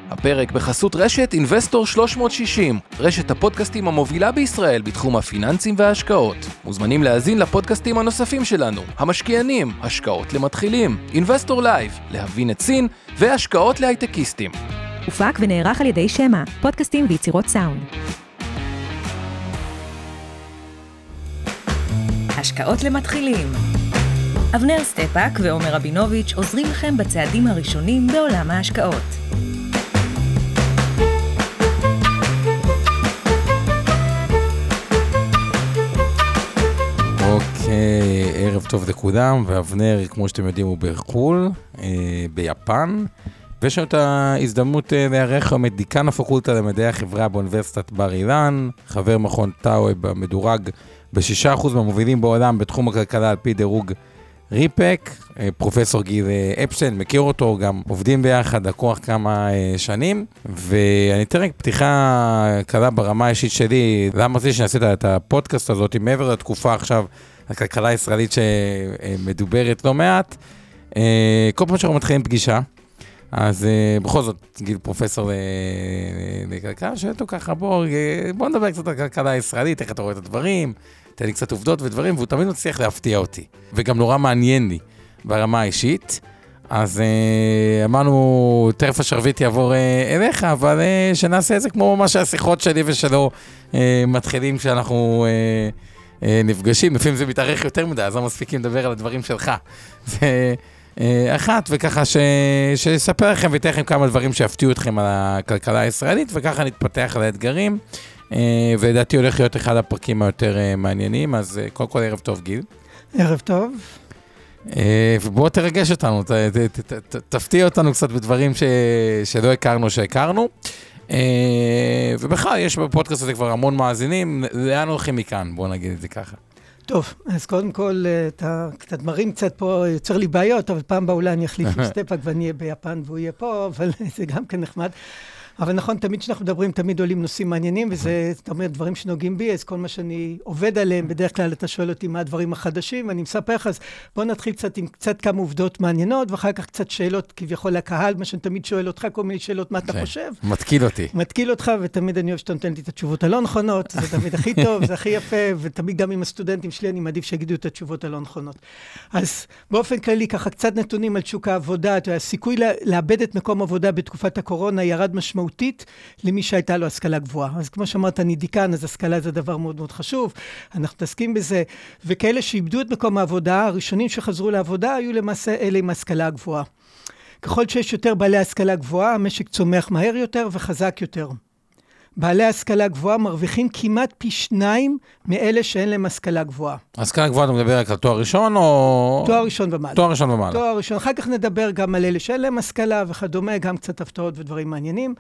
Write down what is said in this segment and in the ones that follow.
הפרק בחסות רשת Investor 360, רשת הפודקאסטים המובילה בישראל בתחום הפיננסים וההשקעות. מוזמנים להאזין לפודקאסטים הנוספים שלנו, המשקיענים, השקעות למתחילים, Investor Live, להבין את סין והשקעות להייטקיסטים. הופק ונערך על ידי שמה, פודקאסטים ויצירות סאונד. השקעות למתחילים. אבנר סטפאק ועומר רבינוביץ' עוזרים לכם בצעדים הראשונים בעולם ההשקעות. אוקיי, ערב טוב לכולם, ואבנר, כמו שאתם יודעים, הוא בחו"ל, ביפן, ויש לנו את ההזדמנות לארח את דיקן הפקולטה למדעי החברה באוניברסיטת בר אילן, חבר מכון טאו במדורג ב6% מהמובילים בעולם בתחום הכלכלה על פי דירוג ריפק, פרופסור גיל אפשטיין, מכיר אותו, גם עובדים ביחד לקוח כמה שנים, ואני אתן רק פתיחה קלה ברמה האישית שלי, למה רציתי שנעשה את הפודקאסט הזאת, מעבר לתקופה עכשיו, הכלכלה הישראלית שמדוברת לא מעט, כל פעם שאנחנו מתחילים פגישה, אז בכל זאת, גיל פרופסור לכלכלה, שאלתו ככה, בוא נדבר קצת על הכלכלה הישראלית, איך אתה רואה את הדברים, תן לי קצת עובדות ודברים, והוא תמיד מצליח להפתיע אותי, וגם נורא מעניין לי ברמה האישית, אז אמרנו, תכף השרביט יעבור אליך, אבל שנעשה את זה כמו ממש השיחות שלי ושלו מתחילים כשאנחנו נפגשים, לפעמים זה מתארך יותר מדי, אז לא מספיקים לדבר על הדברים שלך. זה אחת, וככה שספר לכם ותן לכם כמה דברים שיפתיעו אתכם על הכלכלה הישראלית, וככה נתפתח על האתגרים, ולדעתי הולך להיות אחד הפרקים היותר מעניינים, אז קודם כל ערב טוב גיל. ערב טוב. ובואו תרגש אותנו, תפתיע אותנו קצת בדברים שלא הכרנו. ובכלל יש בפודקאסט הזה כבר המון מאזינים, לאן הולכים מכאן? בואו נגיד את זה ככה. טוב, אז קודם כל, אתה קצת מרים קצת פה, יוצר לי בעיות, אבל פעם באולי אני אחליף עם סטפאק ואני אהיה ביפן והוא יהיה פה, אבל זה גם כן נחמד. אבל נכון, תמיד שאנחנו מדברים, תמיד עולים נושאים מעניינים, וזה, אתה אומר, דברים שנוגעים בי, אז כל מה שאני עובד עליהם, בדרך כלל אתה שואל אותי מה הדברים החדשים, ואני מספר לך, אז בוא נתחיל קצת עם קצת כמה עובדות מעניינות, ואחר כך קצת שאלות כביכול לקהל, מה שאני תמיד שואל אותך, כל מיני שאלות, מה אתה חושב? מתקיל אותי. מתקיל אותך, ותמיד אני אוהב שאתה נותן לי את התשובות הלא נכונות, זה תמיד הכי טוב, זה הכי יפה, ותמיד גם עם הסטודנטים שלי, אני מעדיף שיגידו את התשובות הלא נכונות. אז באופן כללי, ככה קצת נתונים על שוק העבודה, הסיכוי לאבד את מקום עבודה בתקופת הקורונה ירד משמעותית למי שהייתה לו השכלה גבוהה. אז כמו שאמרת, אני דיקן, אז השכלה זה דבר מאוד מאוד חשוב, אנחנו תסכים בזה, וכאלה שאיבדו את מקום העבודה, הראשונים שחזרו לעבודה, היו למעשה אלה עם השכלה הגבוהה. ככל שיש יותר בעלי השכלה גבוהה, המשק צומח מהר יותר וחזק יותר. בעלי השכלה גבוהה מרוויחים כמעט פי 2 מאלה שאין להם השכלה גבוהה. השכלה גבוהה, אתה מדבר רק על תואר ראשון או... תואר ראשון ומעלה. תואר ראשון ומעלה. תואר ראשון. אחר כך נדבר גם על אלה שאין להם השכלה וכדומה, גם קצת הפתעות ודברים מעניינים.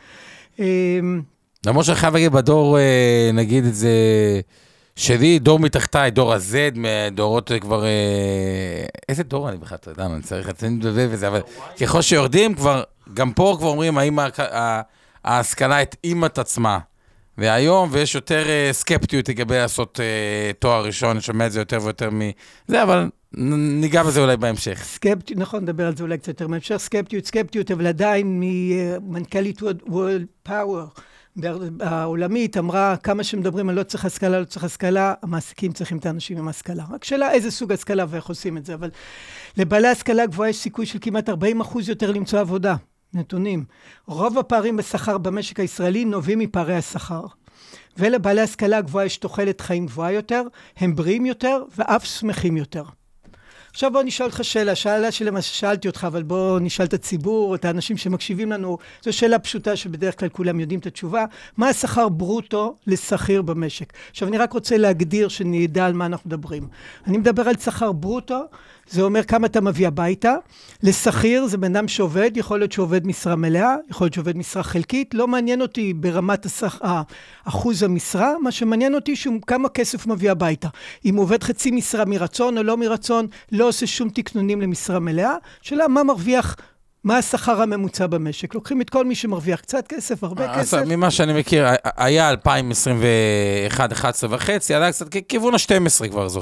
למרות שאני חייב להגיד בדור, נגיד את זה, שלי, דור מתחתיי, דור ה-Z, דורות כבר... איזה דור אני בכלל, אתה יודע, אני צריך לדבר וזה, אבל ככל שיורדים כבר, גם פה כבר אומרים, האם ההשכלה התאימה את עצמה, והיום, ויש יותר סקפטיות לגבי לעשות תואר ראשון, אני שומע את זה יותר ויותר מזה, אבל ניגע בזה אולי בהמשך. סקפטיות, נכון, נדבר על זה אולי קצת יותר בהמשך, סקפטיות, אבל עדיין ממנכ"לית World Power, העולמית אמרה, כמה שמדברים על לא צריך השכלה, המעסיקים צריכים את האנשים עם השכלה. רק שאלה איזה סוג השכלה ואיך עושים את זה, אבל לבעלי השכלה גבוהה יש סיכוי של כמעט 40% יותר למצוא עבודה. נתונים. רוב הפערים בשכר במשק הישראלי נובעים מפערי השכר. ולבעלי השכלה גבוהה יש תוחלת חיים גבוהה יותר, הם בריאים יותר ואף שמחים יותר. עכשיו בוא נשאל אותך שאלה שלמה ששאלתי אותך, אבל בוא נשאל את הציבור, את האנשים שמקשיבים לנו, זו שאלה פשוטה שבדרך כלל כולם יודעים את התשובה, מה השכר ברוטו לשכיר במשק? עכשיו אני רק רוצה להגדיר שנדע על מה אנחנו מדברים. אני מדבר על שכר ברוטו, זה אומר כמה אתה מביא הביתה, לשכיר זה בן אדם שעובד, יכול להיות שעובד משרה מלאה, יכול להיות שעובד משרה חלקית, לא מעניין אותי ברמת אחוז המשרה, מה שמעניין אותי שהוא כמה כסף מביא הביתה. אם הוא עובד חצי משרה מרצון או לא מרצון, לא עושה שום תקנונים למשרה מלאה, שאלה מה מרוויח, מה השכר הממוצע במשק? לוקחים את כל מי שמרוויח קצת כסף, הרבה כסף. ממה שאני מכיר, היה 2021, 11 וחצי, עלה קצת כיוון ה-12 כבר זוכל.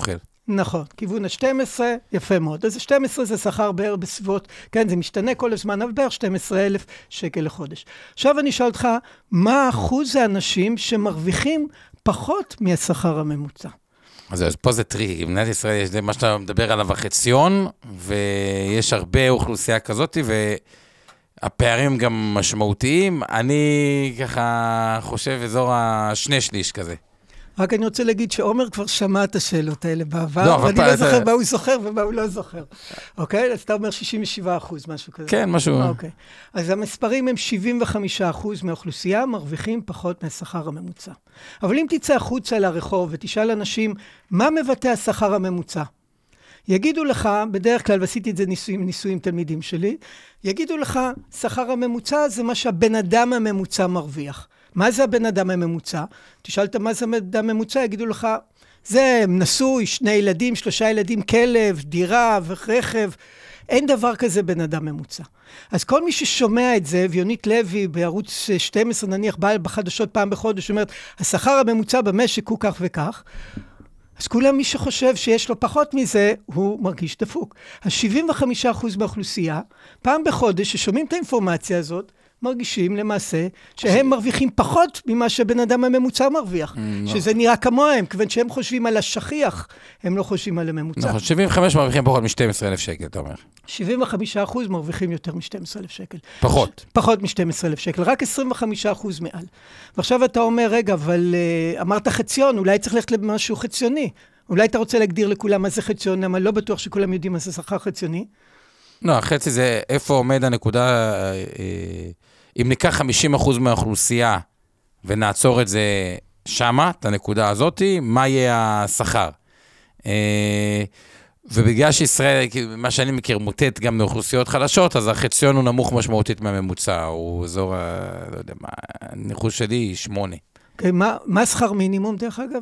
נכון, כיוון ה-12, יפה מאוד. אז 12 זה שכר בערך בסביבות, כן, זה משתנה כל הזמן, אבל בערך 12,000 שקל לחודש. עכשיו אני אשאל אותך, מה אחוז האנשים שמרוויחים פחות מהשכר הממוצע? אז פה זה טריקי, במדינת ישראל יש מה שאתה מדבר עליו החציון, ויש הרבה אוכלוסייה כזאת, והפערים גם משמעותיים. אני ככה חושב אזור השני שליש כזה. רק אני רוצה להגיד שעומר כבר שמע את השאלות האלה בעבר, ואני לא זוכר מה הוא זוכר ומה הוא לא זוכר. אוקיי? אז אתה אומר 67%, משהו כזה. כן, משהו. אוקיי. אז המספרים הם 75% מהאוכלוסייה מרוויחים פחות מהשכר הממוצע. אבל אם תצא החוצה לרחוב ותשאל אנשים, מה מבטא השכר הממוצע? יגידו לך, בדרך כלל, ועשיתי את זה ניסויים תלמידים שלי, יגידו לך, שכר הממוצע זה מה שהבן אדם הממוצע מרוויח. מה זה הבן אדם הממוצע? תשאלת מה זה הבן אדם הממוצע, יגידו לך, זה נשוי, 2 ילדים, 3 ילדים, כלב, דירה ורכב. אין דבר כזה בן אדם ממוצע. אז כל מי ששומע את זה, ויונית לוי בערוץ 12 נניח, בא בחדשות פעם בחודש, אומרת, השכר הממוצע במשק הוא כך וכך, אז כולם מי שחושב שיש לו פחות מזה, הוא מרגיש דפוק. ה-75% מהאוכלוסייה, פעם בחודש ששומעים את האינפורמציה הזאת, מרגישים למעשה שהם מרוויחים פחות ממה שבן אדם הממוצע מרוויח. שזה נראה כמוהם, כיוון שהם חושבים על השכיח, הם לא חושבים על הממוצע. נכון, 75 מרוויחים פחות מ-12,000 שקל, אתה אומר. 75% מרוויחים יותר מ-12,000 שקל. פחות. פחות מ-12,000 שקל, רק 25% מעל. ועכשיו אתה אומר, רגע, אבל אמרת חציון, אולי צריך ללכת למשהו חציוני. אולי אתה רוצה להגדיר לכולם מה זה חציון, אבל לא בטוח שכולם יודעים מה זה שכר חציוני. לא, החצי זה איפה עומד הנקודה, אם ניקח 50% מהאוכלוסייה ונעצור את זה שמה, את הנקודה הזאת, מה יהיה השכר? ובגלל שישראל, מה שאני מכיר, מוטט גם לאוכלוסיות חלשות, אז החציון הוא נמוך משמעותית מהממוצע, הוא אזור, לא יודע מה, ניחוש שלי 8. מה שכר מינימום דרך אגב?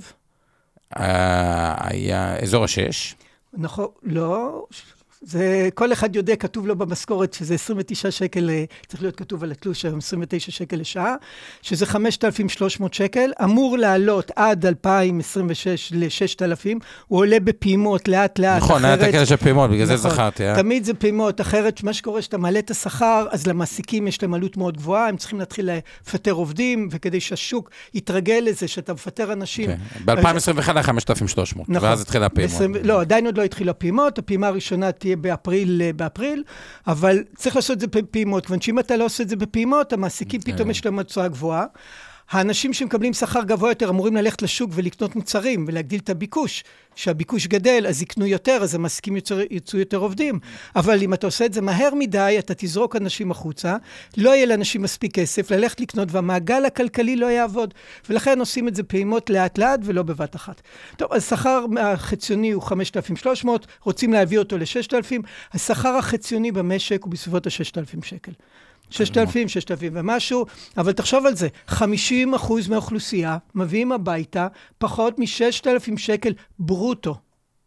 היה אזור 6. נכון, לא... זה, כל אחד יודע, כתוב לו במשכורת, שזה 29 שקל, צריך להיות כתוב על התלוש, 29 שקל לשעה, שזה 5,300 שקל, אמור לעלות עד 2026 ל-6,000, הוא עולה בפעימות, לאט לאט. נכון, היה תקל של פעימות, בגלל זה זכרתי. תמיד זה פעימות, אחרת, מה שקורה, שאתה מעלה את השכר, אז למעסיקים יש להם עלות מאוד גבוהה, הם צריכים להתחיל לפטר עובדים, וכדי שהשוק יתרגל לזה, שאתה מפטר אנשים. ב-2021 היה 5,300, ואז התחילה הפעימות. לא, עדיין עוד לא התחילה הפעימות, הפעימה הראשונה תהיה באפריל, אבל צריך לעשות את זה בפעימות, כיוון שאם אתה לא עושה את זה בפעימות, המעסיקים פתאום יש להם הצעה גבוהה. האנשים שמקבלים שכר גבוה יותר אמורים ללכת לשוק ולקנות מוצרים ולהגדיל את הביקוש. שהביקוש גדל, אז יקנו יותר, אז המעסיקים יצאו יותר עובדים. אבל אם אתה עושה את זה מהר מדי, אתה תזרוק אנשים החוצה, לא יהיה לאנשים מספיק כסף, ללכת לקנות, והמעגל הכלכלי לא יעבוד. ולכן עושים את זה פעימות לאט לאט ולא בבת אחת. טוב, אז שכר החציוני הוא 5,300, רוצים להביא אותו ל-6,000, השכר החציוני במשק הוא בסביבות ה-6,000 שקל. 6,000 ומשהו, אבל תחשוב על זה, 50% מהאוכלוסייה מביאים הביתה פחות מ-6,000 שקל ברוטו.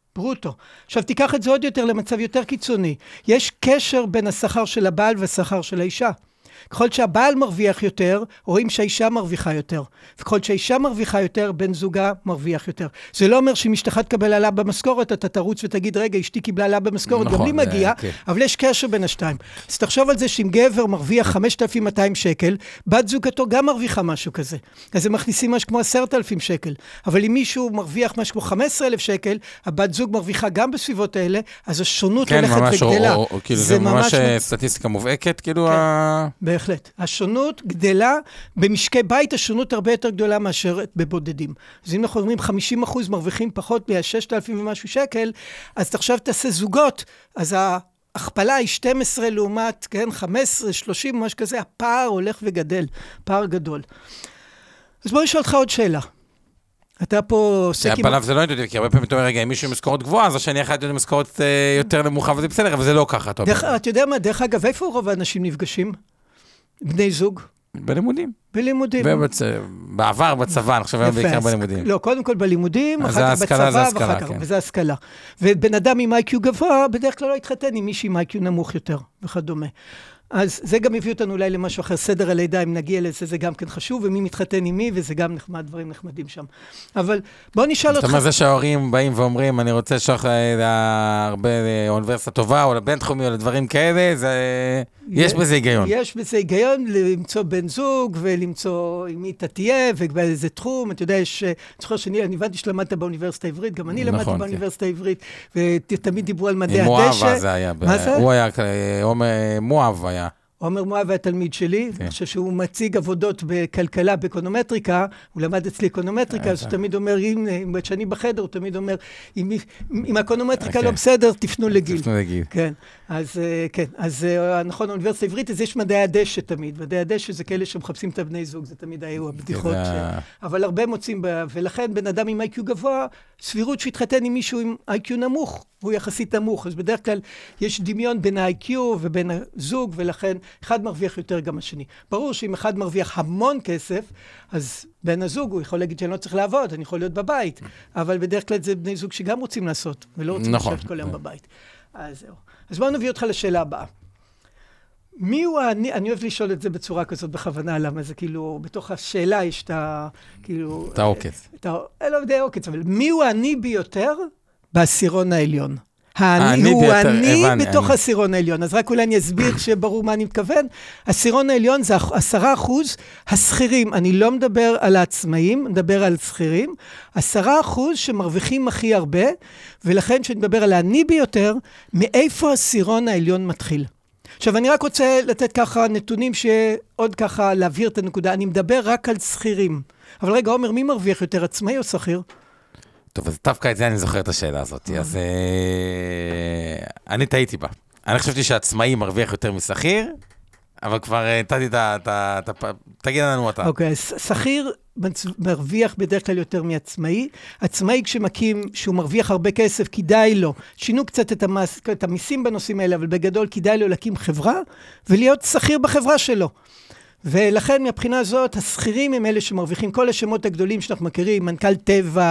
עכשיו תיקח את זה עוד יותר למצב יותר קיצוני. יש קשר בין השכר של הבעל והשכר של האישה. ככל שהבעל מרוויח יותר, רואים שהאישה מרוויחה יותר. וככל שהאישה מרוויחה יותר, בן זוגה מרוויח יותר. זה לא אומר שאם אשתך תקבל עלה במשכורת, אתה תרוץ ותגיד, רגע, אשתי קיבלה עלה במשכורת, נכון, גם לי מגיע, אבל יש קשר בין השתיים. אז תחשוב על זה שאם גבר מרוויח 5,200 שקל, בת זוגתו גם מרוויחה משהו כזה. אז הם מכניסים משהו כמו 10,000 שקל. אבל אם מישהו מרוויח משהו כמו 15,000 שקל, הבת זוג מרוויחה גם בסביבות האלה, אז השונות הולכת וגדלה. זה ממש סטטיסטיקה מובהקת, כאילו בהחלט. השונות גדלה, במשקי בית השונות הרבה יותר גדולה מאשר בבודדים. אז אם אנחנו אומרים 50% מרוויחים פחות מ-6,000 ומשהו שקל, אז עכשיו תעשה זוגות, אז ההכפלה היא 12 לעומת, כן, 15, 30, משהו כזה, הפער הולך וגדל, פער גדול. אז בוא נשאל אותך עוד שאלה. אתה פה... הפעליו זה לא יודעים, כי הרבה פעמים אתה אומר, רגע, אם מישהו משכורת גבוהה, אז השני אחד יודע משכורת יותר נמוכה, וזה בסדר, אבל זה לא ככה. אתה יודע מה, דרך אגב, איפה רוב האנשים נפגשים? בני זוג? בלימודים. בלימודים. בעבר בצבא, אני חושב בעיקר בלימודים. לא, קודם כל בלימודים, אחר כך בצבא, ואחר כך, וזה השכלה. ובן אדם עם IQ גבוה, בדרך כלל לא יתחתן עם מישהי עם IQ נמוך יותר, וכדומה. אז זה גם הביא אותנו אולי למשהו אחר, סדר הלידה, אם נגיע לזה, זה גם כן חשוב, ומי מתחתן עם מי, וזה גם נחמד, דברים נחמדים שם. אבל בוא נשאל אותך... זאת אומרת, זה שההורים באים ואומרים, אני רוצה לשלוח הרבה לאוניברסיטה טובה, או לבינתחומי, או לדברים כאלה, יש בזה היגיון. יש בזה היגיון למצוא בן זוג, ולמצוא עם מי אתה תהיה, ובאיזה תחום, אתה יודע, יש... זוכר שאני הבנתי שלמדת באוניברסיטה העברית, גם אני למדתי באוניברסיטה העברית, ותמיד דיברו על מדעי הדשא. מה זה? הוא היה, מואב היה. עומר מואב היה תלמיד שלי, אני חושב שהוא מציג עבודות בכלכלה, באקונומטריקה, הוא למד אצלי אקונומטריקה, אז הוא תמיד אומר, כשאני בחדר, הוא תמיד אומר, אם האקונומטריקה לא בסדר, תפנו לגיל. תפנו לגיל. כן, אז נכון, האוניברסיטה העברית, אז יש מדעי הדשא תמיד, מדעי הדשא זה כאלה שמחפשים את הבני זוג, זה תמיד היו הבדיחות, אבל הרבה מוצאים, ולכן בן אדם עם איי-קיו גבוה, סבירות שהתחתן עם מישהו עם איי-קיו נמוך, הוא יחסית נמוך, אז בדרך כלל יש דמיון בין ה-IQ ובין הזוג, ולכן אחד מרוויח יותר גם השני. ברור שאם אחד מרוויח המון כסף, אז בין הזוג הוא יכול להגיד שאני לא צריך לעבוד, אני יכול להיות בבית, אבל בדרך כלל זה בני זוג שגם רוצים לעשות, ולא רוצים לשבת כל היום בבית. אז זהו. אז בואו נביא אותך לשאלה הבאה. מי הוא אני אוהב לשאול את זה בצורה כזאת בכוונה, למה זה כאילו, בתוך השאלה יש את ה... כאילו... את העוקץ. לא יודע עוקץ, אבל מי הוא העני ביותר בעשירון העליון? העני הוא עני בתוך העשירון העליון. אז רק אולי אני אסביר שברור מה אני מתכוון. העשירון העליון זה 10% השכירים. אני לא מדבר על העצמאים, מדבר על שכירים. 10% שמרוויחים הכי הרבה, ולכן שאני מדבר על העני ביותר, מאיפה העשירון העליון מתחיל. עכשיו, אני רק רוצה לתת ככה נתונים שעוד ככה להבהיר את הנקודה. אני מדבר רק על שכירים. אבל רגע, עומר, מי מרוויח יותר, עצמאי או שכיר? טוב, אז דווקא את זה אני זוכר את השאלה הזאת. אז אני טעיתי בה. אני חשבתי שהעצמאי מרוויח יותר משכיר, אבל כבר נתתי תגיד לנו אותה. אוקיי, שכיר מרוויח בדרך כלל יותר מעצמאי. עצמאי כשמקים שהוא מרוויח הרבה כסף, כדאי לו. שינו קצת את המיסים בנושאים האלה, אבל בגדול כדאי לו להקים חברה, ולהיות שכיר בחברה שלו. ולכן מהבחינה הזאת, השכירים הם אלה שמרוויחים כל השמות הגדולים שאנחנו מכירים, מנכ"ל טבע,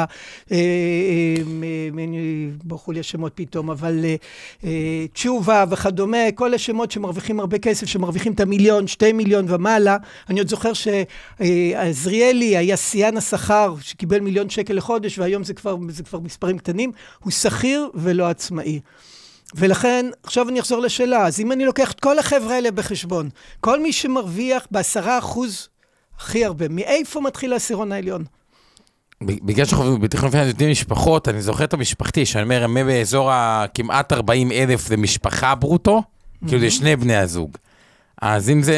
ברחו לי השמות פתאום, אבל תשובה וכדומה, כל השמות שמרוויחים הרבה כסף, שמרוויחים את ה1,000,000, 2 מיליון ומעלה. אני עוד זוכר שעזריאלי היה שיאן השכר, שקיבל 1,000,000 שקל לחודש, והיום זה כבר מספרים קטנים, הוא שכיר ולא עצמאי. ולכן, עכשיו אני אחזור לשאלה, אז אם אני לוקח את כל החבר'ה האלה בחשבון, כל מי שמרוויח ב10% הכי הרבה, מאיפה מתחיל העשירון העליון? בגלל שאנחנו בתכנון פיננסי יודעים משפחות, אני זוכר את המשפחתי, שאני אומר, הם באזור כמעט 40,000 למשפחה ברוטו, כאילו זה שני בני הזוג. אז אם זה...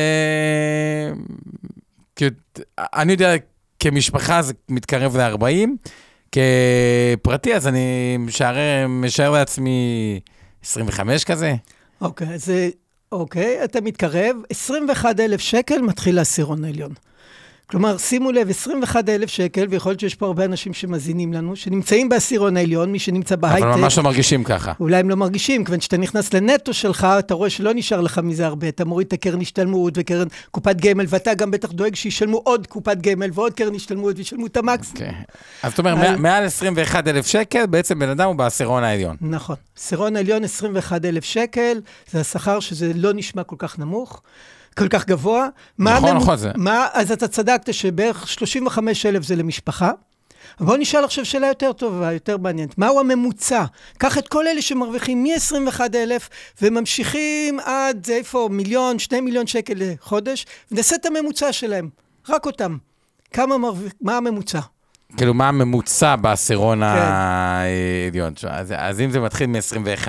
אני יודע, כמשפחה זה מתקרב ל-40, כפרטי, אז אני משער לעצמי 25 כזה. אוקיי, אתה מתקרב, 21,000 שקל מתחיל לעשירון העליון. כלומר, שימו לב, 21,000 שקל, ויכול להיות שיש פה הרבה אנשים שמזינים לנו, שנמצאים בעשירון העליון, מי שנמצא בהייטק. אבל ממש לא מרגישים ככה. אולי הם לא מרגישים, כיוון שאתה נכנס לנטו שלך, אתה רואה שלא נשאר לך מזה הרבה, אתה מוריד את הקרן השתלמות וקרן קופת גמל, ואתה גם בטח דואג שישלמו עוד קופת גמל ועוד קרן השתלמות, וישלמו את המקס. אז זאת אומרת, מעל 21,000 שקל, בעצם בן אדם הוא בעשירון העליון. נכון. עשירון העליון 21,000 שקל, זה השכר שזה לא נשמע כל כך נמוך. כל כך גבוה. נכון, זה. אז אתה צדקת שבערך 35,000 זה למשפחה. בואו נשאל עכשיו שאלה יותר טובה, יותר מעניינת. מהו הממוצע? קח את כל אלה שמרוויחים מ-21,000 וממשיכים עד, איפה, 1,000,000, 2 מיליון שקל לחודש, ונעשה את הממוצע שלהם. רק אותם. מה הממוצע? כאילו, מה הממוצע בעשירון העליון? אז אם זה מתחיל מ-21,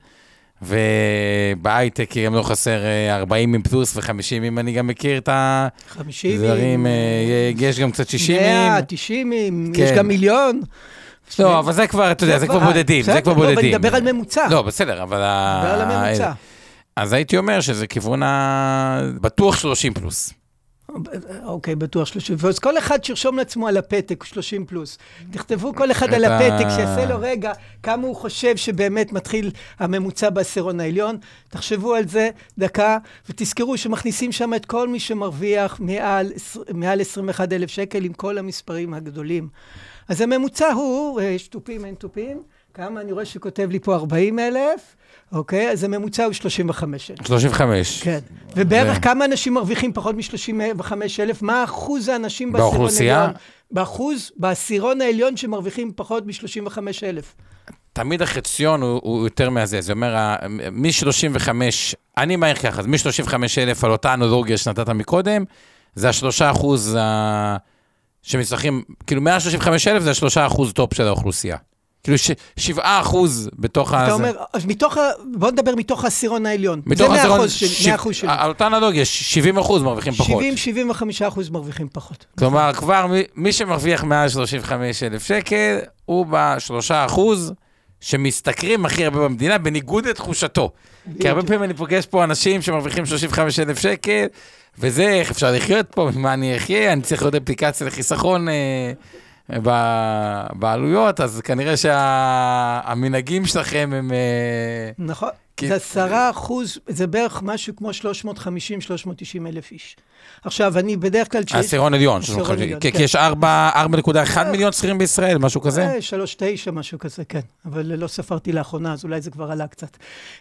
ובהייטק גם לא חסר 40 עם פלוס ו50 אם אני גם מכיר את הדברים, יש גם קצת 60 100, 90 יש גם 1,000,000. לא, אבל זה כבר, אתה יודע, זה כבר בודדים, זה כבר בודדים. אני מדבר על ממוצע. לא, בסדר, אבל... מדבר על הממוצע. אז הייתי אומר שזה כיוון בטוח 30 פלוס. אוקיי, בטוח 30. ואז כל אחד שרשום לעצמו על הפתק, 30 פלוס. תכתבו כל אחד על הפתק, שיעשה לו רגע כמה הוא חושב שבאמת מתחיל הממוצע בעשירון העליון. תחשבו על זה דקה, ותזכרו שמכניסים שם את כל מי שמרוויח מעל 21,000 שקל עם כל המספרים הגדולים. אז הממוצע הוא, יש טופים, אין טופים, כמה? אני רואה שכותב לי פה 40,000, אוקיי? אז הממוצע הוא 35,000. 35. כן. ובערך כמה אנשים מרוויחים פחות מ-35,000? מה אחוז האנשים באוכלוסייה? באחוז, בעשירון העליון שמרוויחים פחות מ-35,000. תמיד החציון הוא יותר מהזה, זה אומר, מ-35, אני מהר ככה, אז מ-35,000 על אותה אנלוגיה שנתת מקודם, זה 3% שמצליחים, כאילו 135,000 זה 3% טופ של האוכלוסייה. כאילו 7% בתוך אתה אומר, אז בוא נדבר מתוך העשירון העליון. זה 100% שלי. על אותה אנלוגיה, 70% מרוויחים פחות. 70-75% מרוויחים פחות. כלומר, כבר מי שמרוויח מעל 35,000 שקל, הוא ב3%, שמשתכרים הכי הרבה במדינה, בניגוד לתחושתו. כי הרבה פעמים אני פוגש פה אנשים שמרוויחים 35,000 שקל, וזה, איך אפשר לחיות פה, ממה אני אחיה, אני צריך עוד אפליקציה לחיסכון בעלויות, אז כנראה שהמנהגים שלכם הם... נכון, זה 10%, זה בערך משהו כמו 350-390 אלף איש. עכשיו, אני בדרך כלל... העשירון עליון, כי יש 4.1 מיליון שכירים בישראל, משהו כזה? 3.9, משהו כזה, כן. אבל לא ספרתי לאחרונה, אז אולי זה כבר עלה קצת.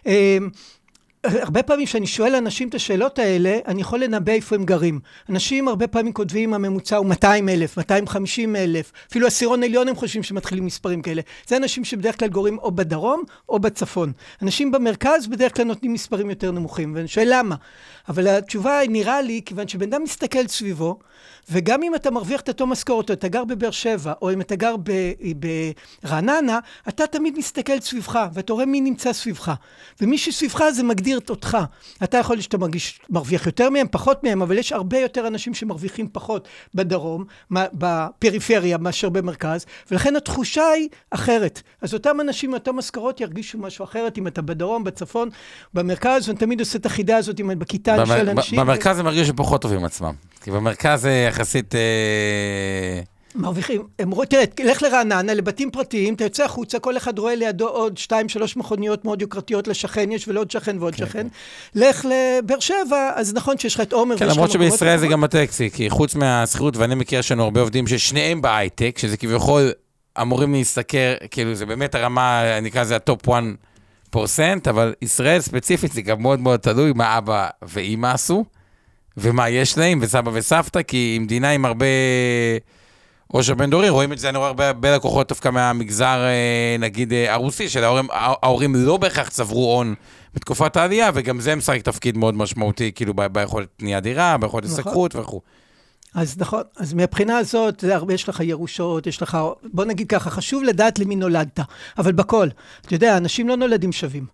הרבה פעמים כשאני שואל אנשים את השאלות האלה, אני יכול לנבא איפה הם גרים. אנשים הרבה פעמים כותבים, הממוצע הוא 200,000, 250,000, אפילו עשירון עליון הם חושבים שמתחילים מספרים כאלה. זה אנשים שבדרך כלל גורים או בדרום או בצפון. אנשים במרכז בדרך כלל נותנים מספרים יותר נמוכים, ואני שואל למה. אבל התשובה נראה לי, כיוון שבן אדם מסתכל סביבו, וגם אם אתה מרוויח את אותו משכורת, או אתה גר בבאר שבע, או אם אתה גר ברעננה, אתה תמיד מסתכל סביבך, ואתה רואה מי נמצא סביבך. ומי שסביבך זה מגדיר אותך. אתה יכול שאתה מרוויח יותר מהם, פחות מהם, אבל יש הרבה יותר אנשים שמרוויחים פחות בדרום, בפריפריה, מאשר במרכז, ולכן התחושה היא אחרת. אז אותם אנשים, אותם משכורות ירגישו משהו אחרת, אם אתה בדרום, בצפון, במרכז, ואני תמיד עושה את החידה הזאת, אם את בכיתה של אנשים... במרכז הם מרגישו פחות טובים עצמם. כי במרכז זה יחסית... מרוויחים, תראה, לך לרעננה, לבתים פרטיים, אתה יוצא החוצה, כל אחד רואה לידו עוד 2-3 מכוניות מאוד יוקרתיות לשכן, יש ולעוד שכן ועוד שכן. לך לבאר שבע, אז נכון שיש לך את עומר. כן, למרות שבישראל זה גם הטקסי, כי חוץ מהשכירות, ואני מכיר שיש לנו הרבה עובדים ששניהם בהייטק, שזה כביכול אמורים להסתכר, כאילו זה באמת הרמה, נקרא זה הטופ 1%, אבל ישראל ספציפית זה גם מאוד מאוד תלוי מה אבא ואמא עשו, ומה יש להם, וסבא וסבתא, כי מדינה עם הרבה... עושר בן דורי, רואים את זה, אני רואה הרבה לקוחות דווקא מהמגזר, נגיד, הרוסי, ההורים לא בהכרח צברו הון בתקופת העלייה, וגם זה משחק תפקיד מאוד משמעותי, כאילו ביכולת קניית דירה, ביכולת הסתכרות וכו'. אז נכון, אז מהבחינה הזאת, יש לך ירושות, יש לך, בוא נגיד ככה, חשוב לדעת למי נולדת, אבל בכל, אתה יודע, אנשים לא נולדים שווים.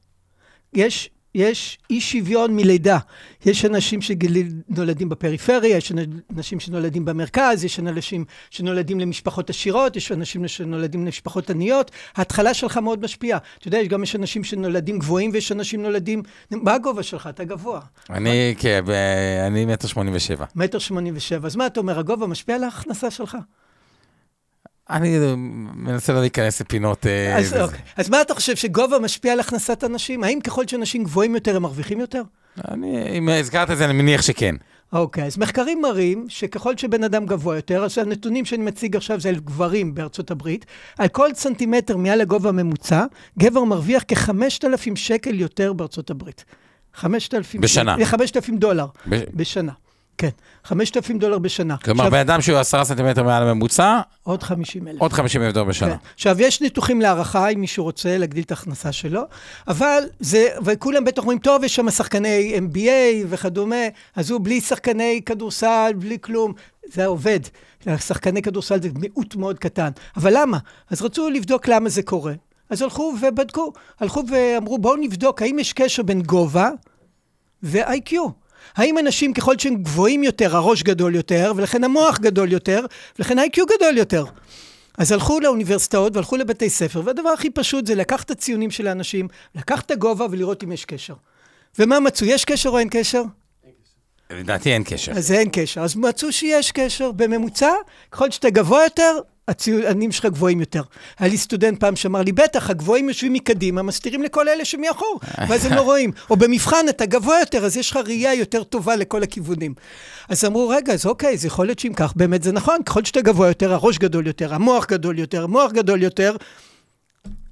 יש אי שוויון מלידה. יש אנשים שנולדים בפריפריה, יש אנשים שנולדים במרכז, יש אנשים שנולדים למשפחות עשירות, יש אנשים שנולדים למשפחות עניות. ההתחלה שלך מאוד משפיעה. אתה יודע, גם יש אנשים שנולדים גבוהים, ויש אנשים נולדים... מה הגובה שלך? אתה גבוה. אני 1.87 מטר. 1.87 מטר. אז מה אתה אומר? הגובה משפיע על ההכנסה שלך? אני מנסה לא להיכנס לפינות... אז מה אתה חושב, שגובה משפיע על הכנסת אנשים? האם ככל שאנשים גבוהים יותר, הם מרוויחים יותר? אם הזכרת את זה, אני מניח שכן. אוקיי, אז מחקרים מראים שככל שבן אדם גבוה יותר, אז הנתונים שאני מציג עכשיו זה על גברים בארצות הברית, על כל סנטימטר מעל הגובה הממוצע, גבר מרוויח כ$5,000 שקל יותר בארצות הברית. 5,000... בשנה. $5,000 בשנה. כן, $5,000 בשנה. כלומר, באדם שהוא 10 סנטימטר מעל הממוצע, עוד 50,000. עוד 50,000 בשנה. כן. עכשיו, יש ניתוחים להערכה, אם מישהו רוצה להגדיל את ההכנסה שלו, אבל זה, וכולם בטח אומרים, טוב, יש שם שחקני MBA וכדומה, אז הוא בלי שחקני כדורסל, בלי כלום, זה עובד. שחקני כדורסל זה מיעוט מאוד קטן. אבל למה? אז רצו לבדוק למה זה קורה. אז הלכו ובדקו, הלכו ואמרו, בואו נבדוק, האם יש קשר בין גובה ו-IQ. האם אנשים ככל שהם גבוהים יותר, הראש גדול יותר, ולכן המוח גדול יותר, ולכן ה-IQ גדול יותר. אז הלכו לאוניברסיטאות והלכו לבתי ספר, והדבר הכי פשוט זה לקחת את הציונים של האנשים, לקחת את הגובה ולראות אם יש קשר. ומה מצאו? יש קשר או אין קשר? לדעתי אין קשר. אז אין קשר. אז מצאו שיש קשר בממוצע, ככל שאתה גבוה יותר, הציונים שלך גבוהים יותר. היה לי סטודנט פעם שאמר לי, בטח, הגבוהים יושבים מקדימה, מסתירים לכל אלה שמאחור, ואז הם לא רואים. או במבחן אתה גבוה יותר, אז יש לך ראייה יותר טובה לכל הכיוונים. אז אמרו, רגע, אז אוקיי, זה יכול להיות שאם כך, באמת זה נכון, ככל שאתה גבוה יותר, הראש גדול יותר, המוח גדול יותר, המוח גדול יותר,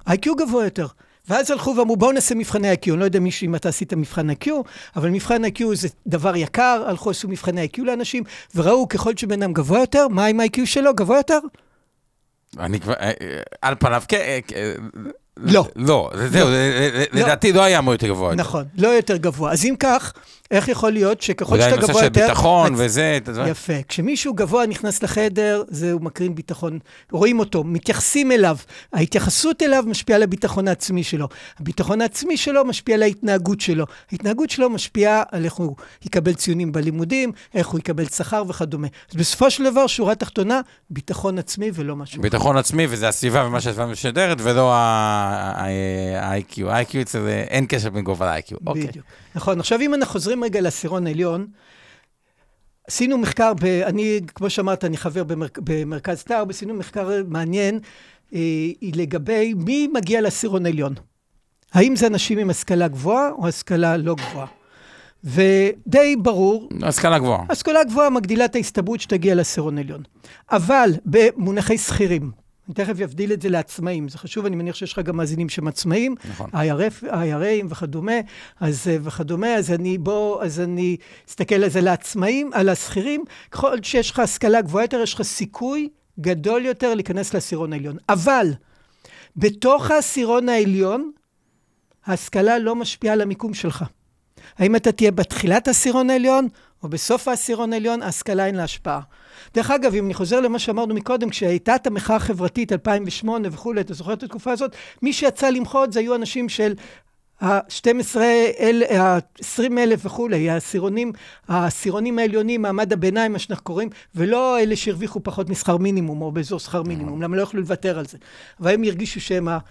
IQ גבוה יותר. ואז הלכו ואמרו, בואו נעשה מבחני IQ. אני לא יודע אם אתה עשית מבחן IQ, אבל מבחן IQ זה דבר יקר, הלכו עשו מבחני IQ לאנשים, וראו ככל שבינם גבוה יותר, מה עם IQ שלו? גבוה יותר? אני כבר, על פניו, לא. לא, זהו, לדעתי לא היה אמור יותר גבוה. נכון, לא יותר גבוה. אז אם כך, איך יכול להיות שככל שאתה גבוה יותר... אולי נושא של ביטחון וזה... יפה. כשמישהו גבוה נכנס לחדר, הוא מקרין ביטחון, רואים אותו, מתייחסים אליו. ההתייחסות אליו משפיעה על הביטחון העצמי שלו. הביטחון העצמי שלו משפיע על ההתנהגות שלו. ההתנהגות שלו משפיעה על איך הוא יקבל ציונים בלימודים, איך הוא יקבל שכר וכדומה. אז בסופו של דבר, שורה תחתונה, ביטחון עצמי ולא משהו. ביטחון עצמי, וזה הסביבה ומה שהסביבה משדרת, ולא ה-IQ. ה-IQ זה אין קשר בין גובה ל-IQ. בדיוק. נכון. עכשיו, אם אנחנו חוזרים רגע לעשירון העליון, עשינו מחקר, כמו שאמרת, אני חבר במרכז טאוב, עשינו מחקר מעניין לגבי מי מגיע לעשירון העליון. האם זה אנשים עם השכלה גבוהה או השכלה לא גבוהה? ודי ברור. השכלה גבוהה. השכלה גבוהה מגדילה את ההסתברות שתגיע לעשירון העליון. אבל במונחי שכירים, אני תכף יבדיל את זה לעצמאים, זה חשוב, אני מניח שיש לך גם מאזינים שהם עצמאים, נכון. IRAים וכדומה, אז אני אסתכל על זה לעצמאים, על השכירים, ככל שיש לך השכלה גבוהה יותר, יש לך סיכוי גדול יותר להיכנס לעשירון העליון. אבל, בתוך העשירון העליון, ההשכלה לא משפיעה על המיקום שלך. האם אתה תהיה בתחילת העשירון העליון, או בסוף העשירון העליון, ההשכלה אין לה השפעה. דרך אגב, אם אני חוזר למה שאמרנו מקודם, כשהייתה את המחאה החברתית 2008 וכו', אתה זוכר את התקופה הזאת, מי שיצא למחות זה היו אנשים של ה-20,000 וכו', העשירונים העליונים, מעמד הביניים, מה שאנחנו קוראים, ולא אלה שהרוויחו פחות משכר מינימום, או באזור שכר מינימום, למה לא יכלו לוותר על זה. והם ירגישו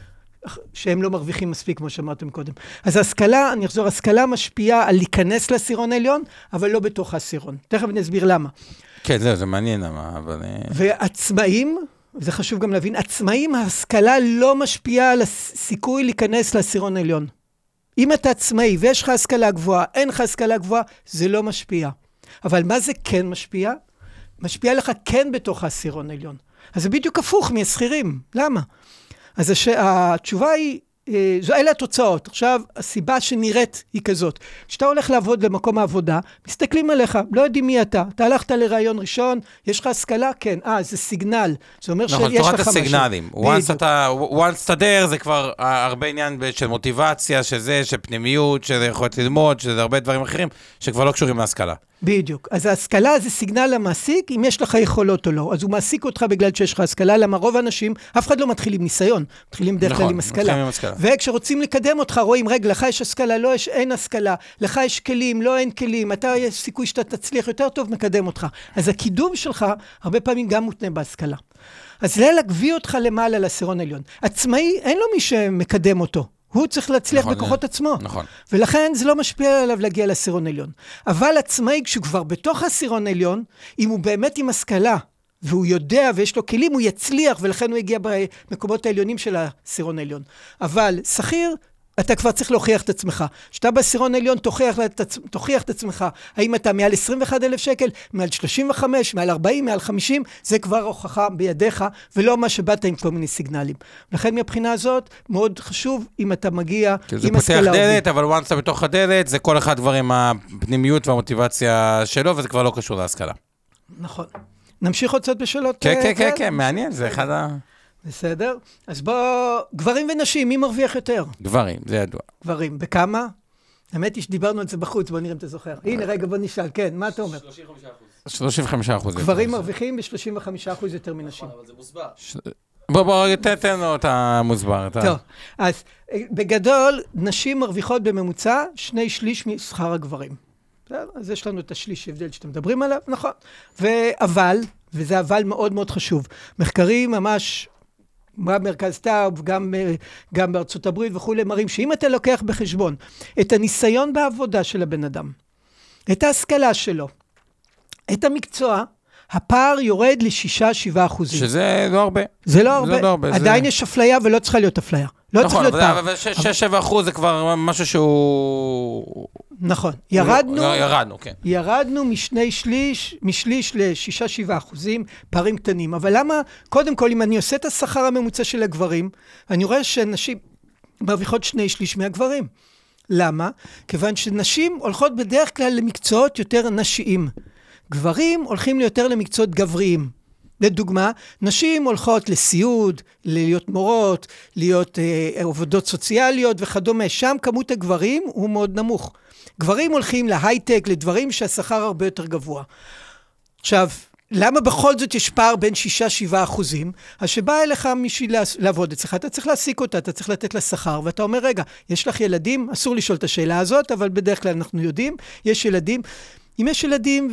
שהם לא מרוויחים מספיק, כמו שאמרתם קודם. אז ההשכלה, אני אחזור, ההשכלה משפיעה על להיכנס לעשירון העליון, אבל לא בתוך העשירון. תכף אני אסביר למה. כן, זה מעניין למה, אבל... ועצמאים, זה חשוב גם להבין, עצמאים, ההשכלה לא משפיעה על הסיכוי להיכנס לעשירון העליון. אם אתה עצמאי ויש לך השכלה גבוהה, אין לך השכלה גבוהה, זה לא משפיע. אבל מה זה כן משפיע? משפיע לך כן בתוך העשירון העליון. אז זה בדיוק הפוך מהשכירים. למה? אז התשובה היא, אלה התוצאות. עכשיו, הסיבה שנראית היא כזאת. כשאתה הולך לעבוד במקום העבודה, מסתכלים עליך, לא יודעים מי אתה. אתה הלכת לרעיון ראשון, יש לך השכלה? כן. זה סיגנל. זה אומר שיש לך משהו. נכון, תורת הסיגנלים. once אתה there, זה כבר הרבה עניין של מוטיבציה, של פנימיות, של יכולת ללמוד, של הרבה דברים אחרים, שכבר לא קשורים להשכלה. בדיוק. אז ההשכלה זה סיגנל למעסיק, אם יש לך יכולות או לא. אז הוא מעסיק אותך בגלל שיש לך השכלה, למה רוב האנשים, אף אחד לא מתחיל עם ניסיון, מתחילים דרך כלל עם השכלה. וכשרוצים לקדם אותך, רואים, רגע, לך יש השכלה, לא יש, אין השכלה, לך יש כלים, לא אין כלים, אתה יש סיכוי שאתה תצליח יותר טוב, מקדם אותך. אז הקידום שלך, הרבה פעמים גם מותנה בהשכלה. אז זה להגביא אותך למעלה לעשירון העליון. עצמאי, אין לו מי שמקדם אותו. הוא צריך להצליח בכוחות עצמו. נכון. ולכן זה לא משפיע עליו להגיע לעשירון עליון. אבל עצמאי, כשהוא כבר בתוך העשירון עליון, אם הוא באמת עם השכלה, והוא יודע ויש לו כלים, הוא יצליח, ולכן הוא יגיע במקומות העליונים של העשירון העליון. אבל שכיר, אתה כבר צריך להוכיח את עצמך. כשאתה בעשירון העליון, תוכיח את עצמך. האם אתה מעל 21,000 שקל, מעל 35, מעל 40, מעל 50, זה כבר הוכחה בידיך, ולא מה שבאת עם כל מיני סיגנלים. לכן מהבחינה הזאת, מאוד חשוב אם אתה מגיע עם השכלה. זה פותח דלת, אבל once אתה בתוך הדלת, זה כל אחד דבר עם הפנימיות והמוטיבציה שלו, וזה כבר לא קשור להשכלה. נכון. נמשיך עוד קצת בשאלות? כן, מעניין, זה אחד בסדר. אז גברים ונשים, מי מרוויח יותר? גברים, זה ידוע. גברים, בכמה? האמת היא שדיברנו על זה בחוץ, בוא נראה אם אתה זוכר. הנה, רגע, בוא נשאל, כן, מה אתה אומר? 35%. גברים מרוויחים ב-35% יותר מנשים. אבל זה מוסבר. בוא, תתן לו את המוסבר. טוב, אז בגדול, נשים מרוויחות בממוצע 2/3 משכר הגברים. אז יש לנו את השליש הבדל שאתם מדברים עליו, נכון. וזה אבל מאוד מאוד חשוב. מחקרים ממש, במרכז טאוב, גם בארצות הברית וכו', מראים שאם אתה לוקח בחשבון את הניסיון בעבודה של הבן אדם, את ההשכלה שלו, את המקצוע, הפער יורד ל6-7%. שזה לא הרבה. זה לא הרבה. עדיין יש אפליה ולא צריכה להיות אפליה. לא צריך להיות פער. אבל 6-7% זה כבר משהו שהוא... נכון. ירדנו משליש ל6-7%, פערים קטנים. אבל למה, קודם כל, אם אני עושה את השכר הממוצע של הגברים, אני רואה שנשים מרוויחות 2/3 מהגברים. למה? כיוון שנשים הולכות בדרך כלל למקצועות יותר נשיים. גברים הולכים יותר למקצועות גבריים. לדוגמה, נשים הולכות לסיוד, להיות מורות, להיות עבודות סוציאליות וכדומה. שם כמות הגברים הוא מאוד נמוך. גברים הולכים להייטק, לדברים שהשכר הרבה יותר גבוה. עכשיו, למה בכל זאת יש פער בין 6-7%? אז שבא אליך מישהי לעבוד אצלך, אתה צריך להעסיק אותה, אתה צריך לתת לה שכר, ואתה אומר, רגע, יש לך ילדים? אסור לשאול את השאלה הזאת, אבל בדרך כלל אנחנו יודעים, יש ילדים. אם יש ילדים